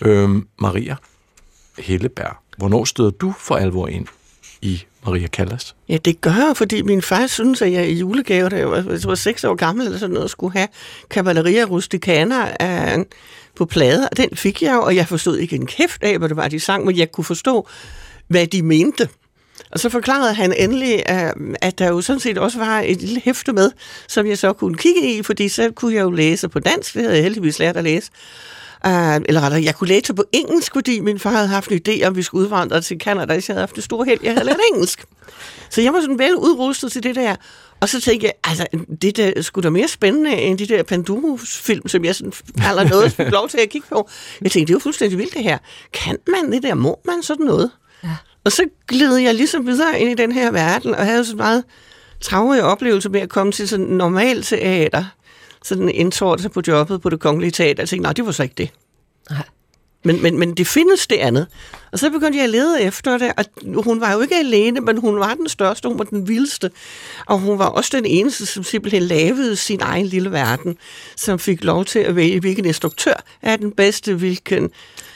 [SPEAKER 2] Maria Helleberg, hvornår støder du for alvor ind i Maria Callas?
[SPEAKER 7] Ja, det gør jeg, fordi min far synes, at jeg i julegave, da jeg var 6 år gammel eller sådan noget, skulle have Cavalleria Rusticana på plade, og den fik jeg jo, og jeg forstod ikke en kæft af, hvad det var, de sang, men jeg kunne forstå, hvad de mente. Og så forklarede han endelig, at der jo sådan set også var et lille hæfte med, som jeg så kunne kigge i, fordi så kunne jeg jo læse på dansk, det havde jeg heldigvis lært at læse. Eller rettere, jeg kunne læse på engelsk, fordi min far havde haft en idé, om vi skulle udvandre til Canada, så jeg havde haft det store held, jeg havde lært engelsk. Så jeg var sådan vel udrustet til det der. Og så tænkte jeg, altså, det der skulle da mere spændende end de der Panduro-film, som jeg sådan noget fik lov til at kigge på. Jeg tænkte, det er jo fuldstændig vildt det her. Kan man det der? Må man sådan noget? Ja. Og så gled jeg ligesom videre ind i den her verden, og havde så meget travlige oplevelser med at komme til sådan normalt teater. Sådan en indtrådelse på jobbet på Det Kongelige Teater. Jeg tænkte, nej, det var så ikke det. Nej. Men det findes det andet. Og så begyndte jeg at lede efter det, og hun var jo ikke alene, men hun var den største, hun var den vildeste. Og hun var også den eneste, som simpelthen lavede sin egen lille verden, som fik lov til at vælge, hvilken instruktør er den bedste, hvilken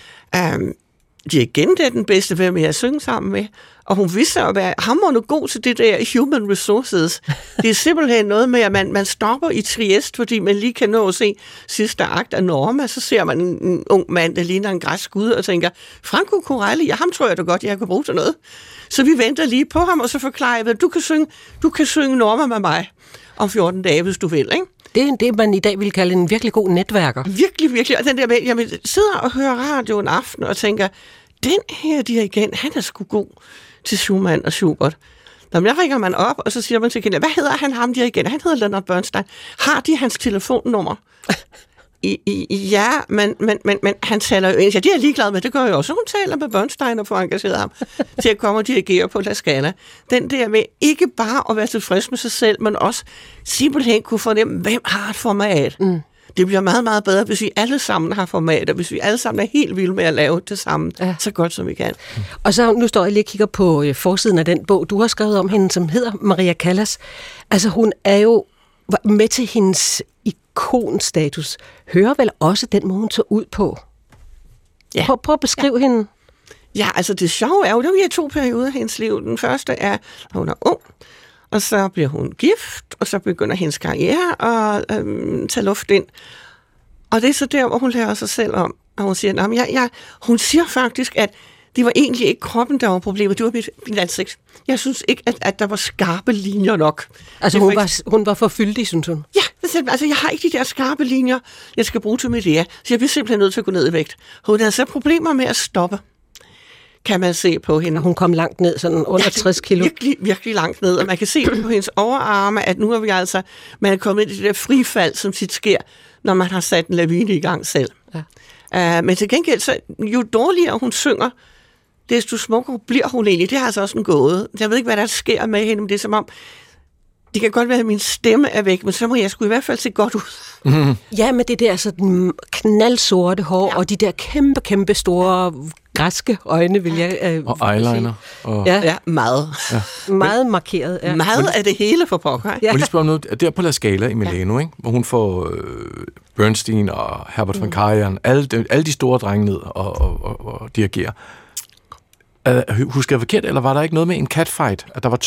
[SPEAKER 7] dirigent er den bedste, hvem jeg synge sammen med. Og hun vidste at være hamrende god til det der human resources. Det er simpelthen noget med, at man stopper i Trieste, fordi man lige kan nå at se sidste akt af Norma. Så ser man en ung mand, der ligner en græsk gud, og tænker, Franco Corelli, ja, ham tror jeg da godt, jeg kan bruge til noget. Så vi venter lige på ham, og så forklarer jeg, at du kan synge Norma med mig om 14 dage, hvis du vil, ikke?
[SPEAKER 1] Det er det, man i dag vil kalde en virkelig god netværker.
[SPEAKER 7] Virkelig, virkelig. Og den der med, jeg sidder og hører radio en aften og tænker, den her dirigent, han er sgu god til Schumann og Schubert. Når jeg ringer man op, og så siger man til hende, hvad hedder han ham dirigent? Han hedder Leonard Bernstein. Har de hans telefonnummer? Ja, men han taler jo ind. Ja, det er jeg ligeglad med, det gør jeg også. Hun taler med Bernstein og får engageret ham til at komme og dirigere på La Scala. Den der med ikke bare at være tilfreds med sig selv, men også simpelthen kunne fornemme, hvem har et format. Det bliver meget, meget bedre, hvis vi alle sammen har formater, hvis vi alle sammen er helt vilde med at lave det samme, så godt som vi kan.
[SPEAKER 1] Og så nu står jeg lige og kigger på forsiden af den bog, du har skrevet om hende, som hedder Maria Callas. Altså hun er jo med til hendes ikonstatus, hører vel også den måde, hun så ud på. Ja. Prøv at beskrive hende.
[SPEAKER 7] Ja, altså det sjove er jo, der er 2 perioder i hendes liv. Den første er, at hun er ung, og så bliver hun gift, og så begynder hendes karriere at tage luft ind. Og det er så der, hvor hun lærer sig selv om, og hun siger, hun siger faktisk, at det var egentlig ikke kroppen, der var problemet, det var mit ansigt. Jeg synes ikke, at der var skarpe linjer nok.
[SPEAKER 1] Altså hun var for fyldig, synes hun?
[SPEAKER 7] Ja, altså jeg har ikke de der skarpe linjer, jeg skal bruge til mit ære, så jeg bliver simpelthen nødt til at gå ned i vægt. Hun havde så problemer med at stoppe, kan man se på hende.
[SPEAKER 1] Hun kom langt ned, sådan under 60 kilo.
[SPEAKER 7] Virkelig, virkelig langt ned, og man kan se på hendes overarme, at nu er vi altså, man er kommet ind i det der frifald, som tit sker, når man har sat en lavine i gang selv. Ja. Men til gengæld, så jo dårligere hun synger, desto smukkere bliver hun egentlig. Det har altså også en gåde. Jeg ved ikke, hvad der sker med hende, men det er som om, det kan godt være, at min stemme er væk, men så må jeg sgu i hvert fald se godt ud.
[SPEAKER 1] Mm. Ja, med det der sådan knaldsorte hår, og de der kæmpe store græske øjne, vil jeg
[SPEAKER 2] og eyeliner.
[SPEAKER 7] Ja, meget.
[SPEAKER 2] Ja.
[SPEAKER 1] Meget markeret. Ja.
[SPEAKER 7] Meget af det hele for pokker.
[SPEAKER 2] Ja. Må lige spørge om noget. Der på La Scala i Milano, ikke? Hvor hun får Bernstein og Herbert von Karajan, alle de store drenge ned og dirigerer. Husker jeg forkert, eller var der ikke noget med en catfight? At der var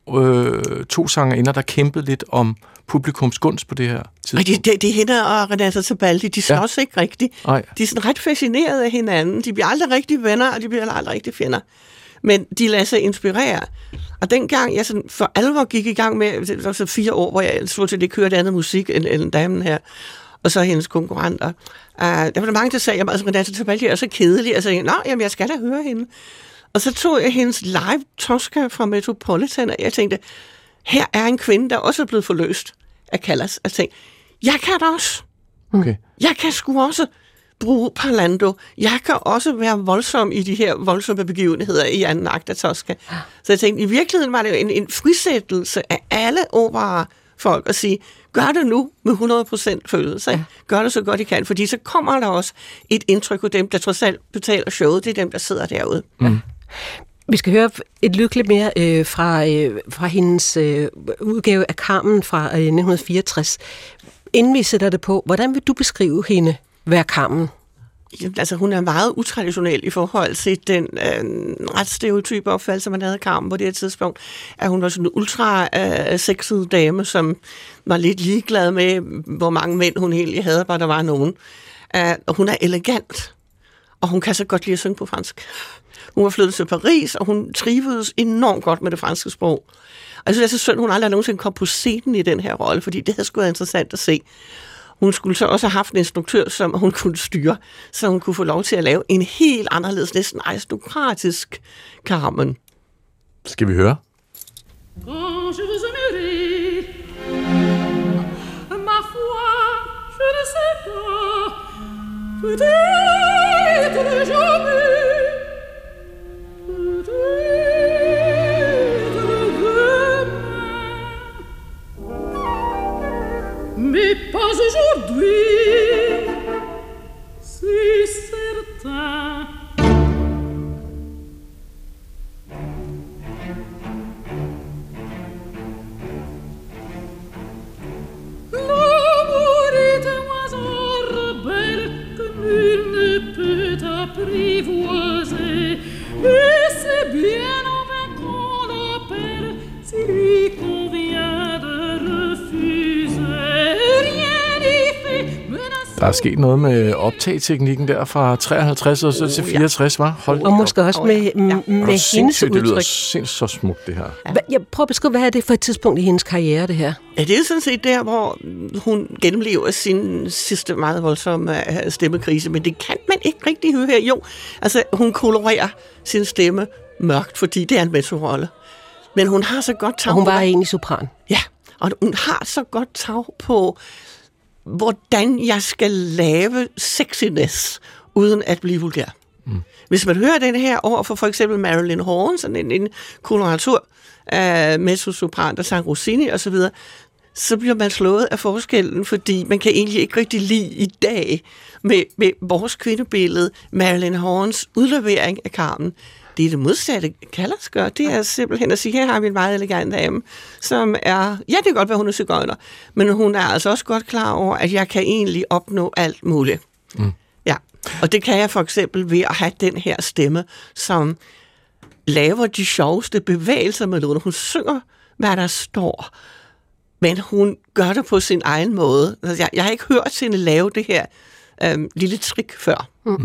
[SPEAKER 2] to sangerinder, der kæmpede lidt om publikums gunst på det her tidspunkt?
[SPEAKER 7] Det er hende og Renata Tebaldi, de slås ikke rigtigt.
[SPEAKER 2] Ej.
[SPEAKER 7] De er sådan ret fascineret af hinanden. De bliver aldrig rigtig venner, og de bliver aldrig rigtig fjender. Men de lader sig inspirere. Og dengang jeg sådan for alvor gik i gang med, det var så 4 år, hvor jeg stort set ikke hørte andet musik end damen her, og så hendes konkurrenter. Der var der mange, der sagde, at Renata Tebaldi er så kedelig. Altså, jeg skal da høre hende. Og så tog jeg hendes live Tosca fra Metropolitan, og jeg tænkte, her er en kvinde, der også er blevet forløst af Callas. Jeg tænkte, jeg kan det også.
[SPEAKER 2] Okay.
[SPEAKER 7] Jeg kan sgu også bruge parlando. Jeg kan også være voldsom i de her voldsomme begivenheder i anden akt af Tosca. Så jeg tænkte, i virkeligheden var det jo en frisættelse af alle operafolk at sige, gør det nu med 100% følelse. Ja. Gør det så godt I kan, fordi så kommer der også et indtryk af dem, der trods alt betaler showet. Det er dem, der sidder derude.
[SPEAKER 1] Mm. Vi skal høre et lydklip mere fra hendes udgave af Carmen fra 1964. Inden vi sætter det på, hvordan vil du beskrive hende hver Carmen?
[SPEAKER 7] Altså, hun er meget utraditionel i forhold til den ret stereotype opfattelse, man havde af Carmen på det her tidspunkt. At hun var sådan en ultra-sexet dame, som var lidt ligeglad med, hvor mange mænd hun egentlig havde, bare der var nogen. Og hun er elegant, og hun kan så godt lide at synge på fransk. Hun var flyttet til Paris, og hun trivedes enormt godt med det franske sprog. Og jeg synes, det er så synd, hun aldrig nogensinde kom på scenen i den her rolle, fordi det havde sgu været interessant at se. Hun skulle så også have haft en instruktør, som hun kunne styre, så hun kunne få lov til at lave en helt anderledes, næsten aristokratisk Carmen.
[SPEAKER 2] Skal vi høre?
[SPEAKER 8] Quand je vous aimerai, ma foi, je ne sais pas, peut-être jamais, peut-être demain, mais pas aujourd'hui, c'est certain. L'amour est un oiseau rebelle que nul ne peut apprivoiser, et c'est bien en vain qu'on l'appelle s'il lui convient de refuser. Rien n'y fait menacer.
[SPEAKER 2] Der er sket noget med optageteknikken der fra 53 og så til 64, var? Hold
[SPEAKER 1] Og måske også med hendes
[SPEAKER 2] det lyder
[SPEAKER 1] udtryk.
[SPEAKER 2] sindssygt så smukt, det her.
[SPEAKER 1] Jeg prøver at beskrive, hvad er det for et tidspunkt i hendes karriere, det her?
[SPEAKER 7] Ja, det er sådan set der, hvor hun gennemlever sin sidste meget voldsomme stemmekrise, men det kan man ikke rigtig høre her. Jo, altså hun kolorerer sin stemme mørkt, fordi det er en mezzorolle. Men hun har så godt tag
[SPEAKER 1] Og hun var
[SPEAKER 7] på...
[SPEAKER 1] egentlig sopran.
[SPEAKER 7] Ja, og hun har så godt tag på, hvordan jeg skal lave sexiness, uden at blive vulgær. Hvis man hører den her over for eksempel Marilyn Horne, sådan en koloratur af mezzosopran, der sang Rossini og så videre, så bliver man slået af forskellen, fordi man kan egentlig ikke rigtig lide i dag med vores kvindebillede, Marilyn Hornes udlevering af Carmen. Det er det modsatte, Callas gør. Det er simpelthen at sige, her har vi en meget elegant dame, som er, ja, det kan godt være, hun er sigøjner, men hun er altså også godt klar over, at jeg kan egentlig opnå alt muligt. Ja, og det kan jeg for eksempel ved at have den her stemme, som laver de sjoveste bevægelser med noget. Hun synger, hvad der står, men hun gør det på sin egen måde. Altså, jeg har ikke hørt hende lave det her lille trick før.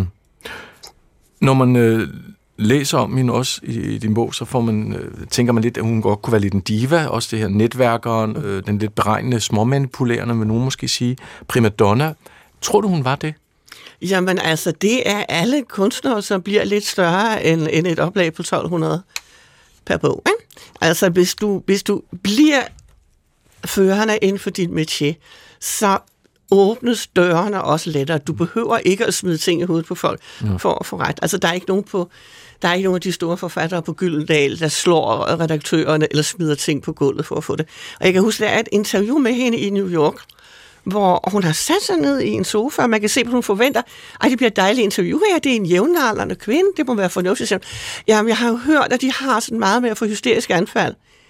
[SPEAKER 2] Når man læser om hende også i din bog, så får man, tænker man lidt, at hun godt kunne være lidt en diva, også det her netværkeren, den lidt beregnende, småmanipulerende, vil nogen måske sige, primadonna. Tror du, hun var det?
[SPEAKER 7] Jamen altså, det er alle kunstnere, som bliver lidt større end et oplag på 1200 per bog. Ikke? Altså, hvis du bliver førende inden for dit métier, så åbnes dørene også lettere. Du behøver ikke at smide ting i hovedet på folk for at få ret. Altså, der er ikke nogen af de store forfattere på Gyldendal, der slår redaktørerne eller smider ting på gulvet for at få det. Og jeg kan huske, der er et interview med hende i New York, hvor hun har sat sig ned i en sofa, og man kan se, at hun forventer, at det bliver et dejligt interview her, det er en jævnaldrende kvinde, det må være fornuftigt. Jamen, jeg har jo hørt, at de har sådan meget med at få hysteriske anfald.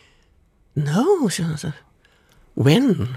[SPEAKER 7] No, siger hun så. When?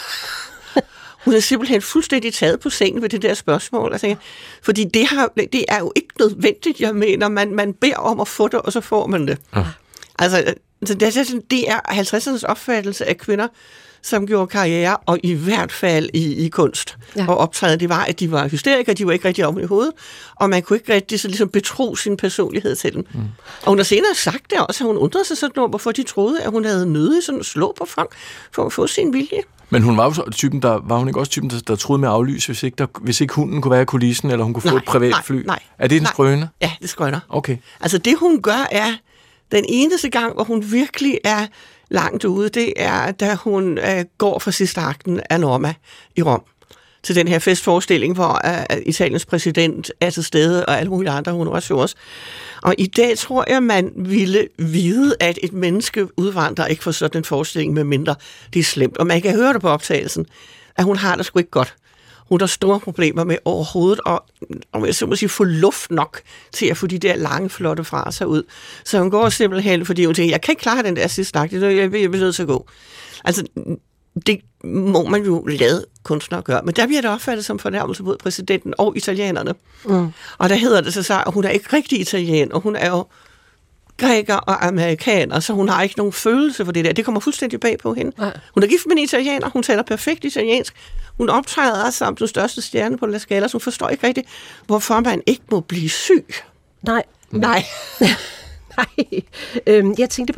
[SPEAKER 7] Hun er simpelthen fuldstændig taget på sengen ved det der spørgsmål. Altså, fordi det er jo ikke nødvendigt, jeg mener. Man beder om at få det, og så får man det. Ja. Altså, det er 50'ernes opfattelse af kvinder, som gjorde karriere, og i hvert fald i kunst og optræde. Det var, at de var hysterikere, de var ikke rigtig om i hovedet, og man kunne ikke rigtig så ligesom betro sin personlighed til dem. Og hun har senere sagt det også, at hun undrede sig sådan over, hvorfor de troede, at hun havde nødig sådan at slå på folk for at få sin vilje.
[SPEAKER 2] Men hun var jo typen, var hun ikke også typen, der troede med at aflyse, hvis ikke hunden kunne være i kulissen, eller hun kunne få et privat fly?
[SPEAKER 7] Nej.
[SPEAKER 2] Er det en skrøne?
[SPEAKER 7] Ja, det er skrøner.
[SPEAKER 2] Okay.
[SPEAKER 7] Altså det, hun gør, er den eneste gang, hvor hun virkelig er langt ude, det er, da hun går fra sidste akten af Norma i Rom til den her festforestilling, hvor Italiens præsident er til stede, og alle mulige andre honorateurs. Og i dag tror jeg, man ville vide, at et menneske udvandrer ikke for sådan en forestilling, med mindre det er slemt. Og man kan høre det på optagelsen, at hun har det sgu ikke godt. Hun har store problemer med overhovedet og så må sige, få luft nok til at få de der lange, flotte fraser ud. Så hun går simpelthen, fordi hun tænker, jeg kan ikke klare den der sidste akt, jeg bliver nødt til at gå. Altså, det må man jo lade kunstnere gøre. Men der bliver det opfattet som fornærmelse mod præsidenten og italienerne. Og der hedder det så, at hun er ikke rigtig italiener, og hun er jo græker og amerikaner, så hun har ikke nogen følelse for det der. Det kommer fuldstændig bag på hende. Hun er gift med en italiener, hun taler perfekt italiensk, hun optræder som den største stjerne på La Scala, så hun forstår ikke rigtigt, hvorfor man ikke må blive syg.
[SPEAKER 1] Nej. Jeg tænkte på,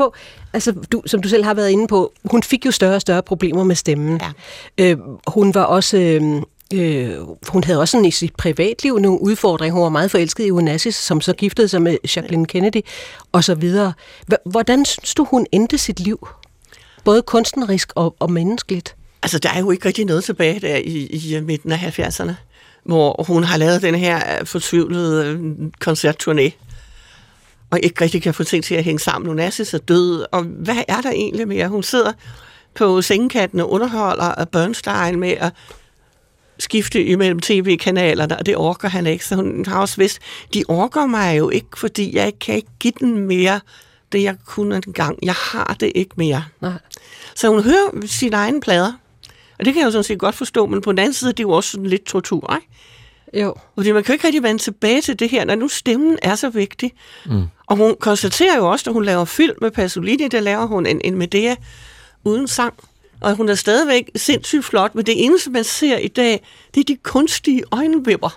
[SPEAKER 1] Altså, som du selv har været inde på, hun fik jo større og større problemer med stemmen. Ja. Hun var også... hun havde også sådan i sit privatliv nogle udfordringer. Hun var meget forelsket i Onassis, som så giftede sig med Jacqueline Kennedy, og så videre. Hvordan synes du, hun endte sit liv? Både kunstnerisk og menneskeligt?
[SPEAKER 7] Altså, der er jo ikke rigtig noget tilbage der i midten af 70'erne, hvor hun har lavet den her fortvivlede koncertturné, og ikke rigtig kan få ting til at hænge sammen. Onassis er død, og hvad er der egentlig mere? Hun sidder på sengekanten og underholder Bernstein med at skifte imellem tv-kanalerne, og det orker han ikke, så hun har også vidst, de orker mig jo ikke, fordi jeg kan ikke give den mere, det jeg kunne engang. Jeg har det ikke mere. Nej. Så hun hører sine egne plader, og det kan jeg jo sådan set godt forstå, men på den anden side, det er jo også sådan lidt tortur, ikke?
[SPEAKER 1] Jo.
[SPEAKER 7] Fordi man kan jo ikke rigtig vende tilbage til det her, når nu stemmen er så vigtig. Mm. Og hun konstaterer jo også, at hun laver film med Pasolini, der laver hun en Medea uden sang. Og hun er stadigvæk sindssygt flot, men det eneste, man ser i dag, det er de kunstige øjenvipper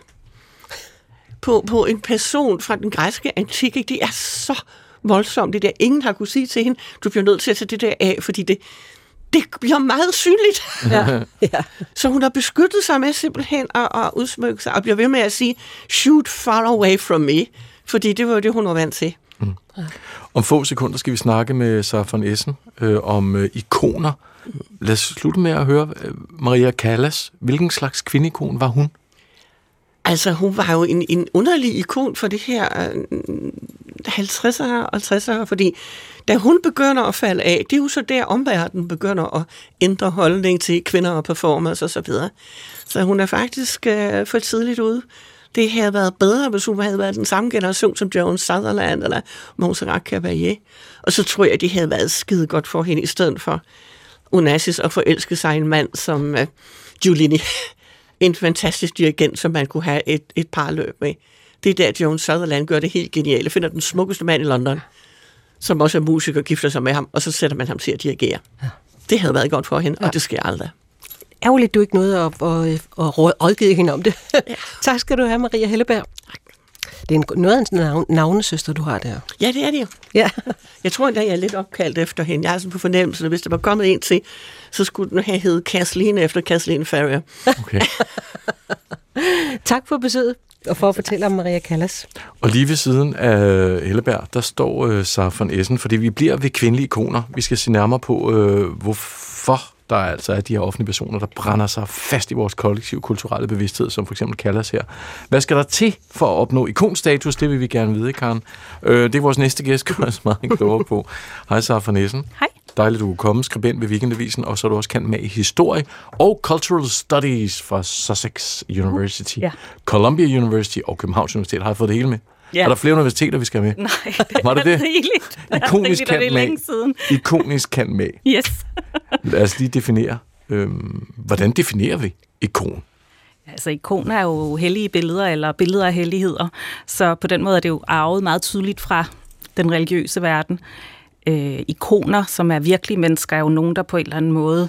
[SPEAKER 7] på en person fra den græske antik. Det er så voldsomt, det der. Ingen har kunne sige til hende, du bliver nødt til at tage det der af, fordi det bliver meget synligt. Ja. Ja. Så hun har beskyttet sig med simpelthen at udsmykke sig, og bliver ved med at sige, shoot far away from me, fordi det var jo det, hun var vant til.
[SPEAKER 2] Mm. Om få sekunder skal vi snakke med Sara von Essen om ikoner. Lad os slutte med at høre Maria Callas. Hvilken slags kvindeikon var hun?
[SPEAKER 7] Altså, hun var jo en underlig ikon for det her 50'ere og 60'ere, fordi da hun begynder at falde af, det er jo så der omverdenen begynder at ændre holdning til kvinder og performers og så videre. Så hun er faktisk for tidligt ude. Det havde været bedre, hvis hun havde været den samme generation som Joan Sutherland eller Montserrat Caballé. Og så tror jeg, at det havde været skide godt for hende, i stedet for Onassis at forelske sig en mand som Giulini. En fantastisk dirigent, som man kunne have et parløb med. Det er der, Joan Sutherland gør det helt geniale. Finder den smukkeste mand i London, som også er musiker, gifter sig med ham, og så sætter man ham til at dirigere. Ja. Det havde været godt for hende, og det sker aldrig.
[SPEAKER 1] Ærgerligt, du ikke nåede at rådgive hende om det. Ja. Tak skal du have, Maria Helleberg. Det er noget af en navnesøster, du har der.
[SPEAKER 7] Ja, det er det jo. Ja. Jeg tror endda, jeg er lidt opkaldt efter hende. Jeg er sådan på fornemmelsen, at hvis der var kommet en til, så skulle den have heddet Kathleen efter Kathleen Ferrier. Okay.
[SPEAKER 1] Tak for besøget, og for at fortælle om Maria Callas.
[SPEAKER 2] Og lige ved siden af Helleberg, der står Sara von Essen, fordi vi bliver ved kvindelige ikoner. Vi skal se nærmere på, hvorfor der altså er de her offentlige personer, der brænder sig fast i vores kollektive kulturelle bevidsthed, som for eksempel Callas her. Hvad skal der til for at opnå ikonstatus? Det vil vi gerne vide, Karen. Det er vores næste gæst, gør os meget klogere på. Hej, Sara von Essen.
[SPEAKER 9] Hej.
[SPEAKER 2] Dejligt, du kunne komme, skribent ved Weekendavisen, og så er du også kendt med i historie og Cultural Studies fra Sussex University, Columbia University og Københavns Universitet. Har jeg fået det hele med? Ja. Er der flere universiteter, vi skal med?
[SPEAKER 9] Nej, det var det rigeligt.
[SPEAKER 2] Ikonisk kendt med. Ikonisk kendt med.
[SPEAKER 9] Yes.
[SPEAKER 2] Lad os lige definere. Hvordan definerer vi ikon?
[SPEAKER 9] Altså, ikoner er jo hellige billeder, eller billeder af helligheder. Så på den måde er det jo arvet meget tydeligt fra den religiøse verden. Ikoner, som er virkelige mennesker, er jo nogen, der på en eller anden måde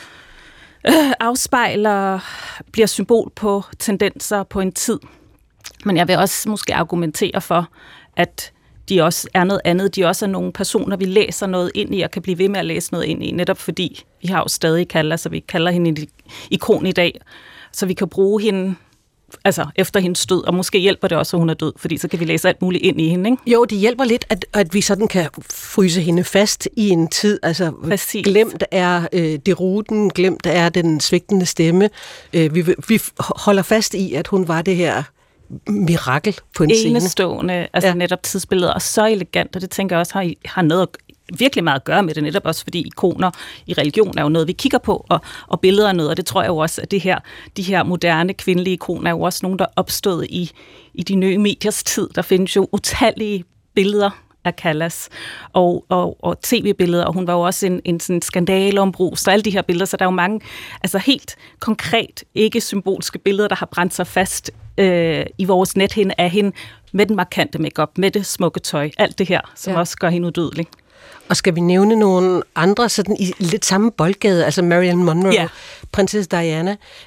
[SPEAKER 9] afspejler, bliver symbol på tendenser på en tid. Men jeg vil også måske argumentere for, at de også er noget andet. De også er nogle personer, vi læser noget ind i, og kan blive ved med at læse noget ind i, netop fordi vi har jo stadig Callas, så vi kalder hende en ikon i dag, så vi kan bruge hende altså efter hendes død, og måske hjælper det også, at hun er død, fordi så kan vi læse alt muligt ind i hende, ikke?
[SPEAKER 1] Jo, det hjælper lidt, at vi sådan kan fryse hende fast i en tid. Altså, præcis. Glemt er deruten, glemt er den svigtende stemme. Vi holder fast i, at hun var det her mirakel på en scene.
[SPEAKER 9] Enestående, altså netop tidsbilleder, og så elegant, og det tænker jeg også har noget virkelig meget at gøre med det, netop også fordi ikoner i religion er jo noget, vi kigger på, og billeder er noget, og det tror jeg jo også, at de her moderne kvindelige ikoner er jo også nogen, der er opstået i de nye mediers tid. Der findes jo utallige billeder af Callas og tv-billeder, og hun var jo også en sådan skandaleombrug, så alle de her billeder, så der er jo mange altså helt konkret, ikke symbolske billeder, der har brændt sig fast i vores nethinde af hende, med den markante makeup, med det smukke tøj, alt det her, som også gør hende udødelig.
[SPEAKER 1] Og skal vi nævne nogle andre sådan i lidt samme boldgade, altså Marilyn Monroe, prinsesse Diana.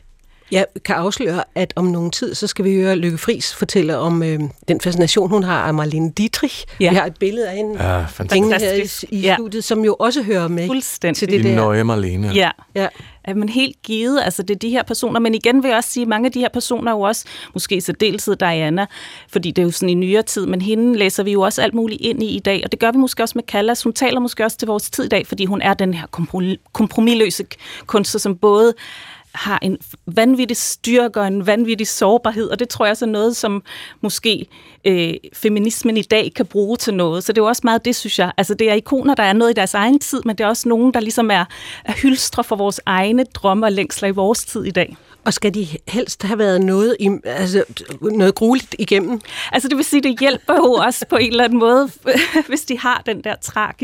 [SPEAKER 1] Jeg kan afsløre, at om nogen tid, så skal vi høre Lykke Friis fortælle om den fascination, hun har af Marlene Dietrich. Ja. Vi har et billede af hende her i studiet, som jo også hører med til det der.
[SPEAKER 2] Nøje Marlene.
[SPEAKER 9] Ja. Men helt givet, altså det er de her personer, men igen vil jeg også sige, at mange af de her personer er jo også, måske i særdeleshed Diana, fordi det er jo sådan i nyere tid, men hende læser vi jo også alt muligt ind i dag, og det gør vi måske også med Callas. Hun taler måske også til vores tid i dag, fordi hun er den her kompromisløse kunstner, som både har en vanvittig styrke og en vanvittig sårbarhed, og det tror jeg også er noget, som måske feminismen i dag kan bruge til noget. Så det er jo også meget det, synes jeg. Altså det er ikoner, der er noget i deres egen tid, men det er også nogen, der ligesom er hylstre for vores egne drømme og længsler i vores tid i dag.
[SPEAKER 1] Og skal de helst have været noget grueligt igennem?
[SPEAKER 9] Altså det vil sige, det hjælper jo også på en eller anden måde, hvis de har den der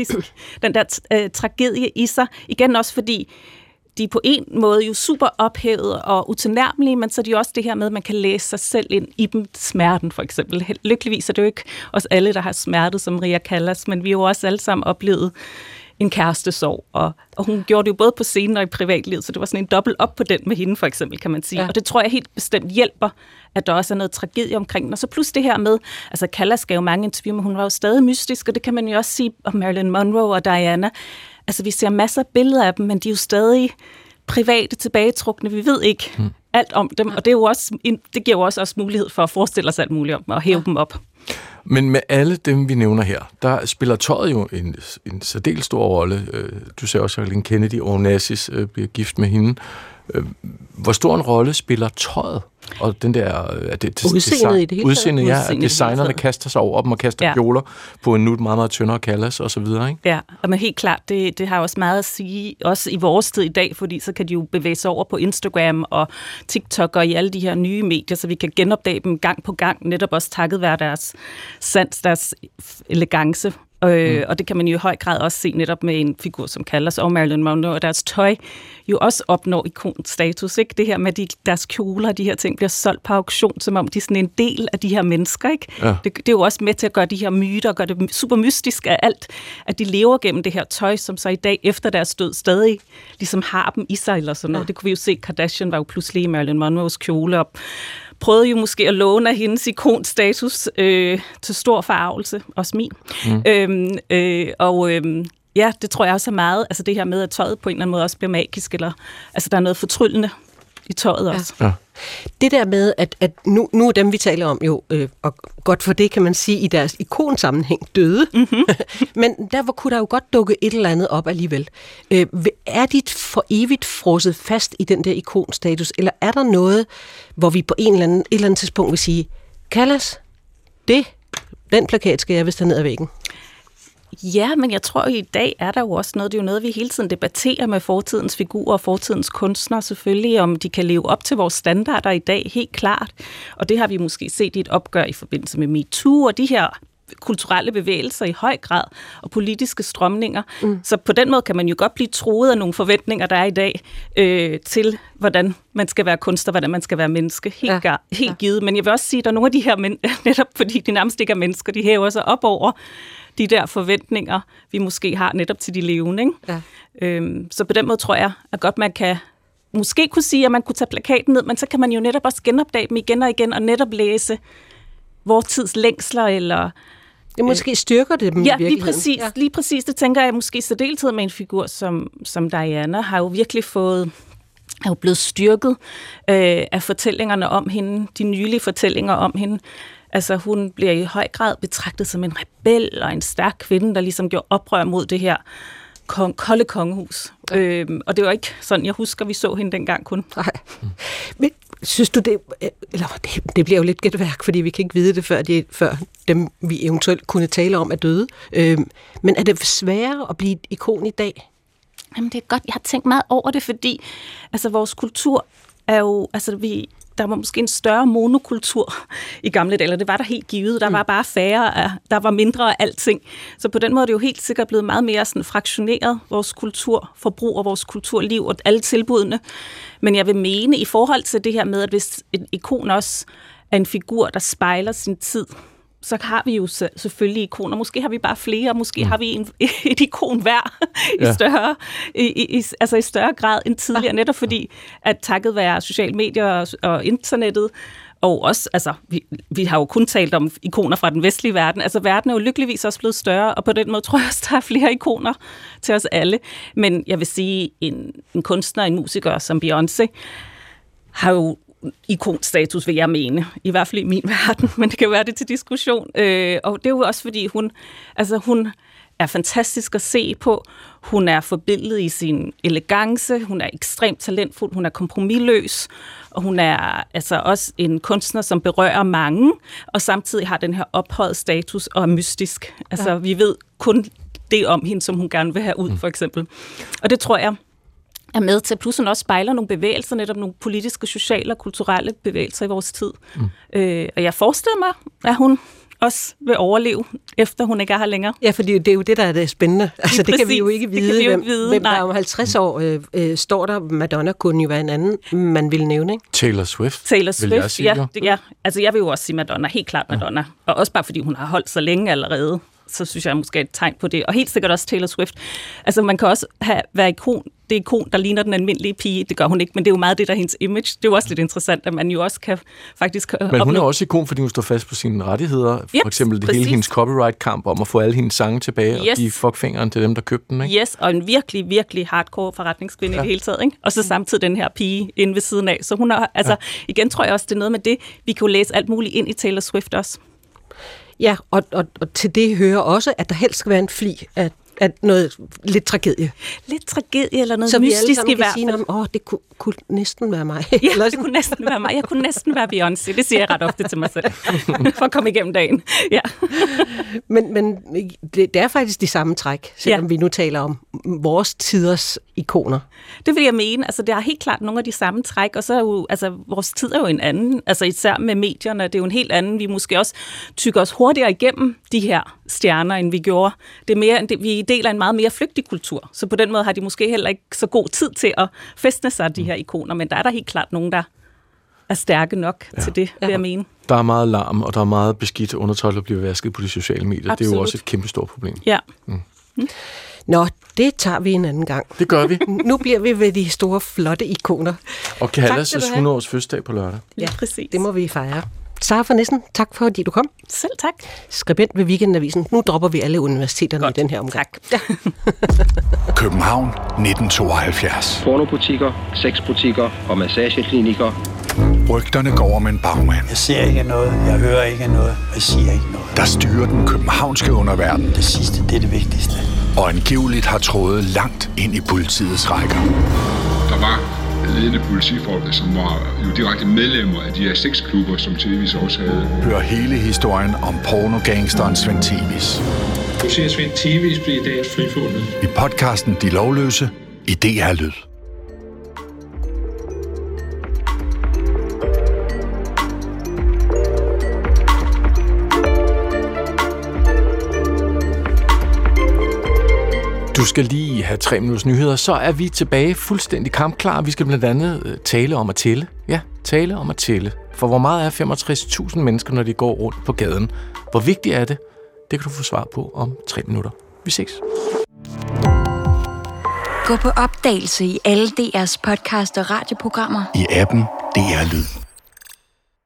[SPEAKER 9] tragedie i sig. Igen også fordi de er på en måde jo super ophævet og utilnærmelige, men så er de også det her med, at man kan læse sig selv ind i dem. Smerten for eksempel. Lykkeligvis er det jo ikke os alle, der har smertet som Maria Callas, men vi har jo også alle sammen oplevet en kærestesorg, og hun gjorde det jo både på scenen og i privatlivet, så det var sådan en dobbelt op på den med hende for eksempel, kan man sige. Ja. Og det tror jeg helt bestemt hjælper, at der også er noget tragedie omkring den. Og så plus det her med, altså Callas gav jo mange interview, men hun var jo stadig mystisk, og det kan man jo også sige om Marilyn Monroe og Diana. Altså vi ser masser af billeder af dem, men de er jo stadig private, tilbagetrukne. Vi ved ikke alt om dem, og det, er jo også, det giver jo også mulighed for at forestille os alt muligt om og hæve dem op.
[SPEAKER 2] Men med alle dem, vi nævner her, der spiller tøjet jo en særdeles stor rolle. Du ser også, at Jacqueline Kennedy og Onassis bliver gift med hende. Hvor stor en rolle spiller tøjet? Og den der
[SPEAKER 1] udseendet i det hele
[SPEAKER 2] taget. Ja, at designerne kaster sig over dem og kaster kjoler på en nu meget, meget tyndere Callas og så videre, ikke?
[SPEAKER 9] Ja, men helt klart, det har også meget at sige, også i vores tid i dag, fordi så kan de jo bevæge sig over på Instagram og TikTok og i alle de her nye medier, så vi kan genopdage dem gang på gang, netop også takket være deres sans, deres elegance. Og det kan man jo i høj grad også se netop med en figur som Callas og Marilyn Monroe, og deres tøj jo også opnår ikonstatus, ikke? Det her med deres kjoler og de her ting bliver solgt på auktion, som om de er sådan en del af de her mennesker, ikke? Ja. Det er jo også med til at gøre de her myter og gøre det super mystisk af alt, at de lever gennem det her tøj, som så i dag efter deres død stadig ligesom har dem i sig eller sådan noget. Ja. Det kunne vi jo se, Kardashian var jo pludselig i Marilyn Monroes kjole op. Prøvede jo måske at låne af hendes ikonstatus til stor forarvelse, også min. Ja, det tror jeg også er meget, altså det her med, at tøjet på en eller anden måde også bliver magisk, eller altså der er noget fortryllende i tøjet også. Ja.
[SPEAKER 1] Det der med, at nu er dem, vi taler om jo, og godt for det kan man sige, i deres ikonsammenhæng døde, men derfor kunne der jo godt dukke et eller andet op alligevel. Er de for evigt frosset fast i den der ikonstatus, eller er der noget, hvor vi på et eller andet tidspunkt vil sige, Callas, den plakat skal jeg vist have ned ad væggen?
[SPEAKER 9] Ja, men jeg tror i dag er der jo også noget, det er jo noget, vi hele tiden debatterer med fortidens figurer og fortidens kunstnere selvfølgelig, om de kan leve op til vores standarder i dag, helt klart. Og det har vi måske set i et opgør i forbindelse med MeToo og de her kulturelle bevægelser i høj grad, og politiske strømninger. Så på den måde kan man jo godt blive truet af nogle forventninger, der er i dag, til hvordan man skal være kunstner, hvordan man skal være menneske. Helt givet. Men jeg vil også sige, at der er nogle af de her netop fordi de nærmest ikke er mennesker, de hæver sig op over de der forventninger, vi måske har netop til de levende. Ikke? Ja. Så på den måde tror jeg, at godt man kan måske kunne sige, at man kunne tage plakaten ned, men så kan man jo netop også genopdage dem igen og igen, og netop læse vores tids længsler, eller
[SPEAKER 1] det måske styrker det dem i virkeligheden.
[SPEAKER 9] Lige præcis. Det tænker jeg måske særdeleshed med en figur som Diana, har jo virkelig er jo blevet styrket af fortællingerne om hende, de nylige fortællinger om hende. Altså hun bliver i høj grad betragtet som en rebel og en stærk kvinde, der ligesom gjorde oprør mod det her kolde kongehus. Og det var ikke sådan, jeg husker, vi så hende dengang kun.
[SPEAKER 1] Nej. Men synes du det bliver jo lidt gætværk, fordi vi kan ikke vide det, før dem, vi eventuelt kunne tale om, er døde. Men er det sværere at blive et ikon i dag?
[SPEAKER 9] Jamen det er godt, jeg har tænkt meget over det, fordi altså vores kultur er jo, der var måske en større monokultur i gamle dage, eller det var der helt givet. Der var bare færre, der var mindre af alting. Så på den måde er det jo helt sikkert blevet meget mere sådan fraktioneret, vores kulturforbrug og vores kulturliv og alle tilbudene. Men jeg vil mene, i forhold til det her med, at hvis en ikon også er en figur, der spejler sin tid, så har vi jo selvfølgelig ikoner. Måske har vi bare flere, måske har vi et ikon hver i større grad end tidligere, netop fordi, at takket være sociale medier og internettet, og også, altså, vi har jo kun talt om ikoner fra den vestlige verden. Altså, verden er jo lykkeligvis også blevet større, og på den måde tror jeg også, der er flere ikoner til os alle. Men jeg vil sige, en kunstner, en musiker som Beyoncé, har jo ikonstatus, vil jeg mene. I hvert fald i min verden, men det kan være det til diskussion. Og det er jo også, fordi hun er fantastisk at se på. Hun er forbilledet i sin elegance, hun er ekstremt talentfuld, hun er kompromisløs, og hun er altså også en kunstner, som berører mange, og samtidig har den her ophøjet status og er mystisk. Altså, vi ved kun det om hende, som hun gerne vil have ud, for eksempel. Og det tror jeg er med til, plus hun også spejler nogle bevægelser, netop nogle politiske, sociale og kulturelle bevægelser i vores tid. Og jeg forestiller mig, at hun også vil overleve, efter hun ikke er her længere.
[SPEAKER 1] Ja, fordi det er jo det, der er det spændende. Altså, det kan vi jo ikke vide. Hvem der om 50 år står der. Madonna kunne jo være en anden, man ville nævne, ikke?
[SPEAKER 2] Taylor Swift,
[SPEAKER 9] ja. Altså, jeg vil jo også sige Madonna, helt klart Madonna. Og også bare fordi hun har holdt så længe allerede, så synes jeg måske et tegn på det. Og helt sikkert også Taylor Swift. Altså, man kan også være det ikon, der ligner den almindelige pige. Det gør hun ikke, men det er jo meget det, der er hendes image. Det er jo også lidt interessant, at man jo også kan faktisk
[SPEAKER 2] Men hun er også ikon, fordi hun står fast på sine rettigheder. For eksempel det hele hendes copyright-kamp om at få alle hendes sange tilbage og give fuckfingeren til dem, der købte den, ikke?
[SPEAKER 9] Yes, og en virkelig, virkelig hardcore forretningskvinde i det hele taget, ikke? Og så samtidig den her pige inde ved siden af. Så hun er, altså, igen tror jeg også, det er noget med det. Vi kan jo læse alt muligt ind i Taylor Swift også.
[SPEAKER 1] Ja, og til det hører også, at der helst skal være en fli af noget lidt tragedie.
[SPEAKER 9] Lidt tragedie eller noget
[SPEAKER 1] så
[SPEAKER 9] mystisk i hvert fald.
[SPEAKER 1] Så det kunne næsten være mig.
[SPEAKER 9] Ja, det kunne næsten være mig. Jeg kunne næsten være Beyoncé. Det siger jeg ret ofte til mig selv. For at komme igennem dagen. Ja.
[SPEAKER 1] Men det er faktisk de samme træk, selvom vi nu taler om vores tiders ikoner.
[SPEAKER 9] Det vil jeg mene. Altså, det er helt klart nogle af de samme træk, og så er jo, altså, vores tid er jo en anden. Altså, især med medierne, det er jo en helt anden. Vi måske også tykker os hurtigere igennem de her stjerner, end vi gjorde. Det er mere, vi deler en meget mere flygtig kultur, så på den måde har de måske heller ikke så god tid til at fæstne sig de her ikoner, men der er der helt klart nogen, der er stærke nok til det, vil jeg mene.
[SPEAKER 2] Der er meget larm, og der er meget beskidt undertøj, der bliver vasket på de sociale medier.
[SPEAKER 9] Absolut.
[SPEAKER 2] Det er jo også et kæmpe stort problem.
[SPEAKER 9] Ja.
[SPEAKER 1] Nå, det tager vi en anden gang.
[SPEAKER 2] Det gør vi.
[SPEAKER 1] Nu bliver vi ved de store, flotte ikoner.
[SPEAKER 2] Og Callas' 100-års fødselsdag på lørdag.
[SPEAKER 9] Ja, præcis.
[SPEAKER 1] Det må vi fejre. Sara von Essen, tak fordi du kom.
[SPEAKER 9] Selv tak.
[SPEAKER 1] Skribent ved Weekendavisen. Nu dropper vi alle universiteterne i den her omgang.
[SPEAKER 9] Tak.
[SPEAKER 10] København 1972.
[SPEAKER 11] Pornobutikker, sexbutikker og massageklinikker.
[SPEAKER 10] Rygterne går om en bagmand.
[SPEAKER 12] Jeg ser ikke noget, jeg hører ikke noget, jeg siger ikke noget.
[SPEAKER 10] Der styrer den københavnske underverden.
[SPEAKER 12] Det sidste, det er det vigtigste.
[SPEAKER 10] Og angiveligt har trådet langt ind i politiets rækker.
[SPEAKER 13] Der var ledende politifolk, som var jo direkte medlemmer af de her sexklubber, som Tevis også havde.
[SPEAKER 10] Hør hele historien om pornogangsteren Svend Tevis.
[SPEAKER 13] Du ser Svend Tevis blive i dag frifundet.
[SPEAKER 10] I podcasten De Lovløse i DR Lyd.
[SPEAKER 2] Du skal lige have 3 minutters nyheder, så er vi tilbage fuldstændig kampklar. Vi skal blandt andet tale om at tælle. Ja, tale om at tælle. For hvor meget er 65.000 mennesker, når de går rundt på gaden? Hvor vigtigt er det? Det kan du få svar på om 3 minutter. Vi ses.
[SPEAKER 14] Gå på opdagelse i alle DR's podcast og radioprogrammer.
[SPEAKER 10] I appen DR Lyd.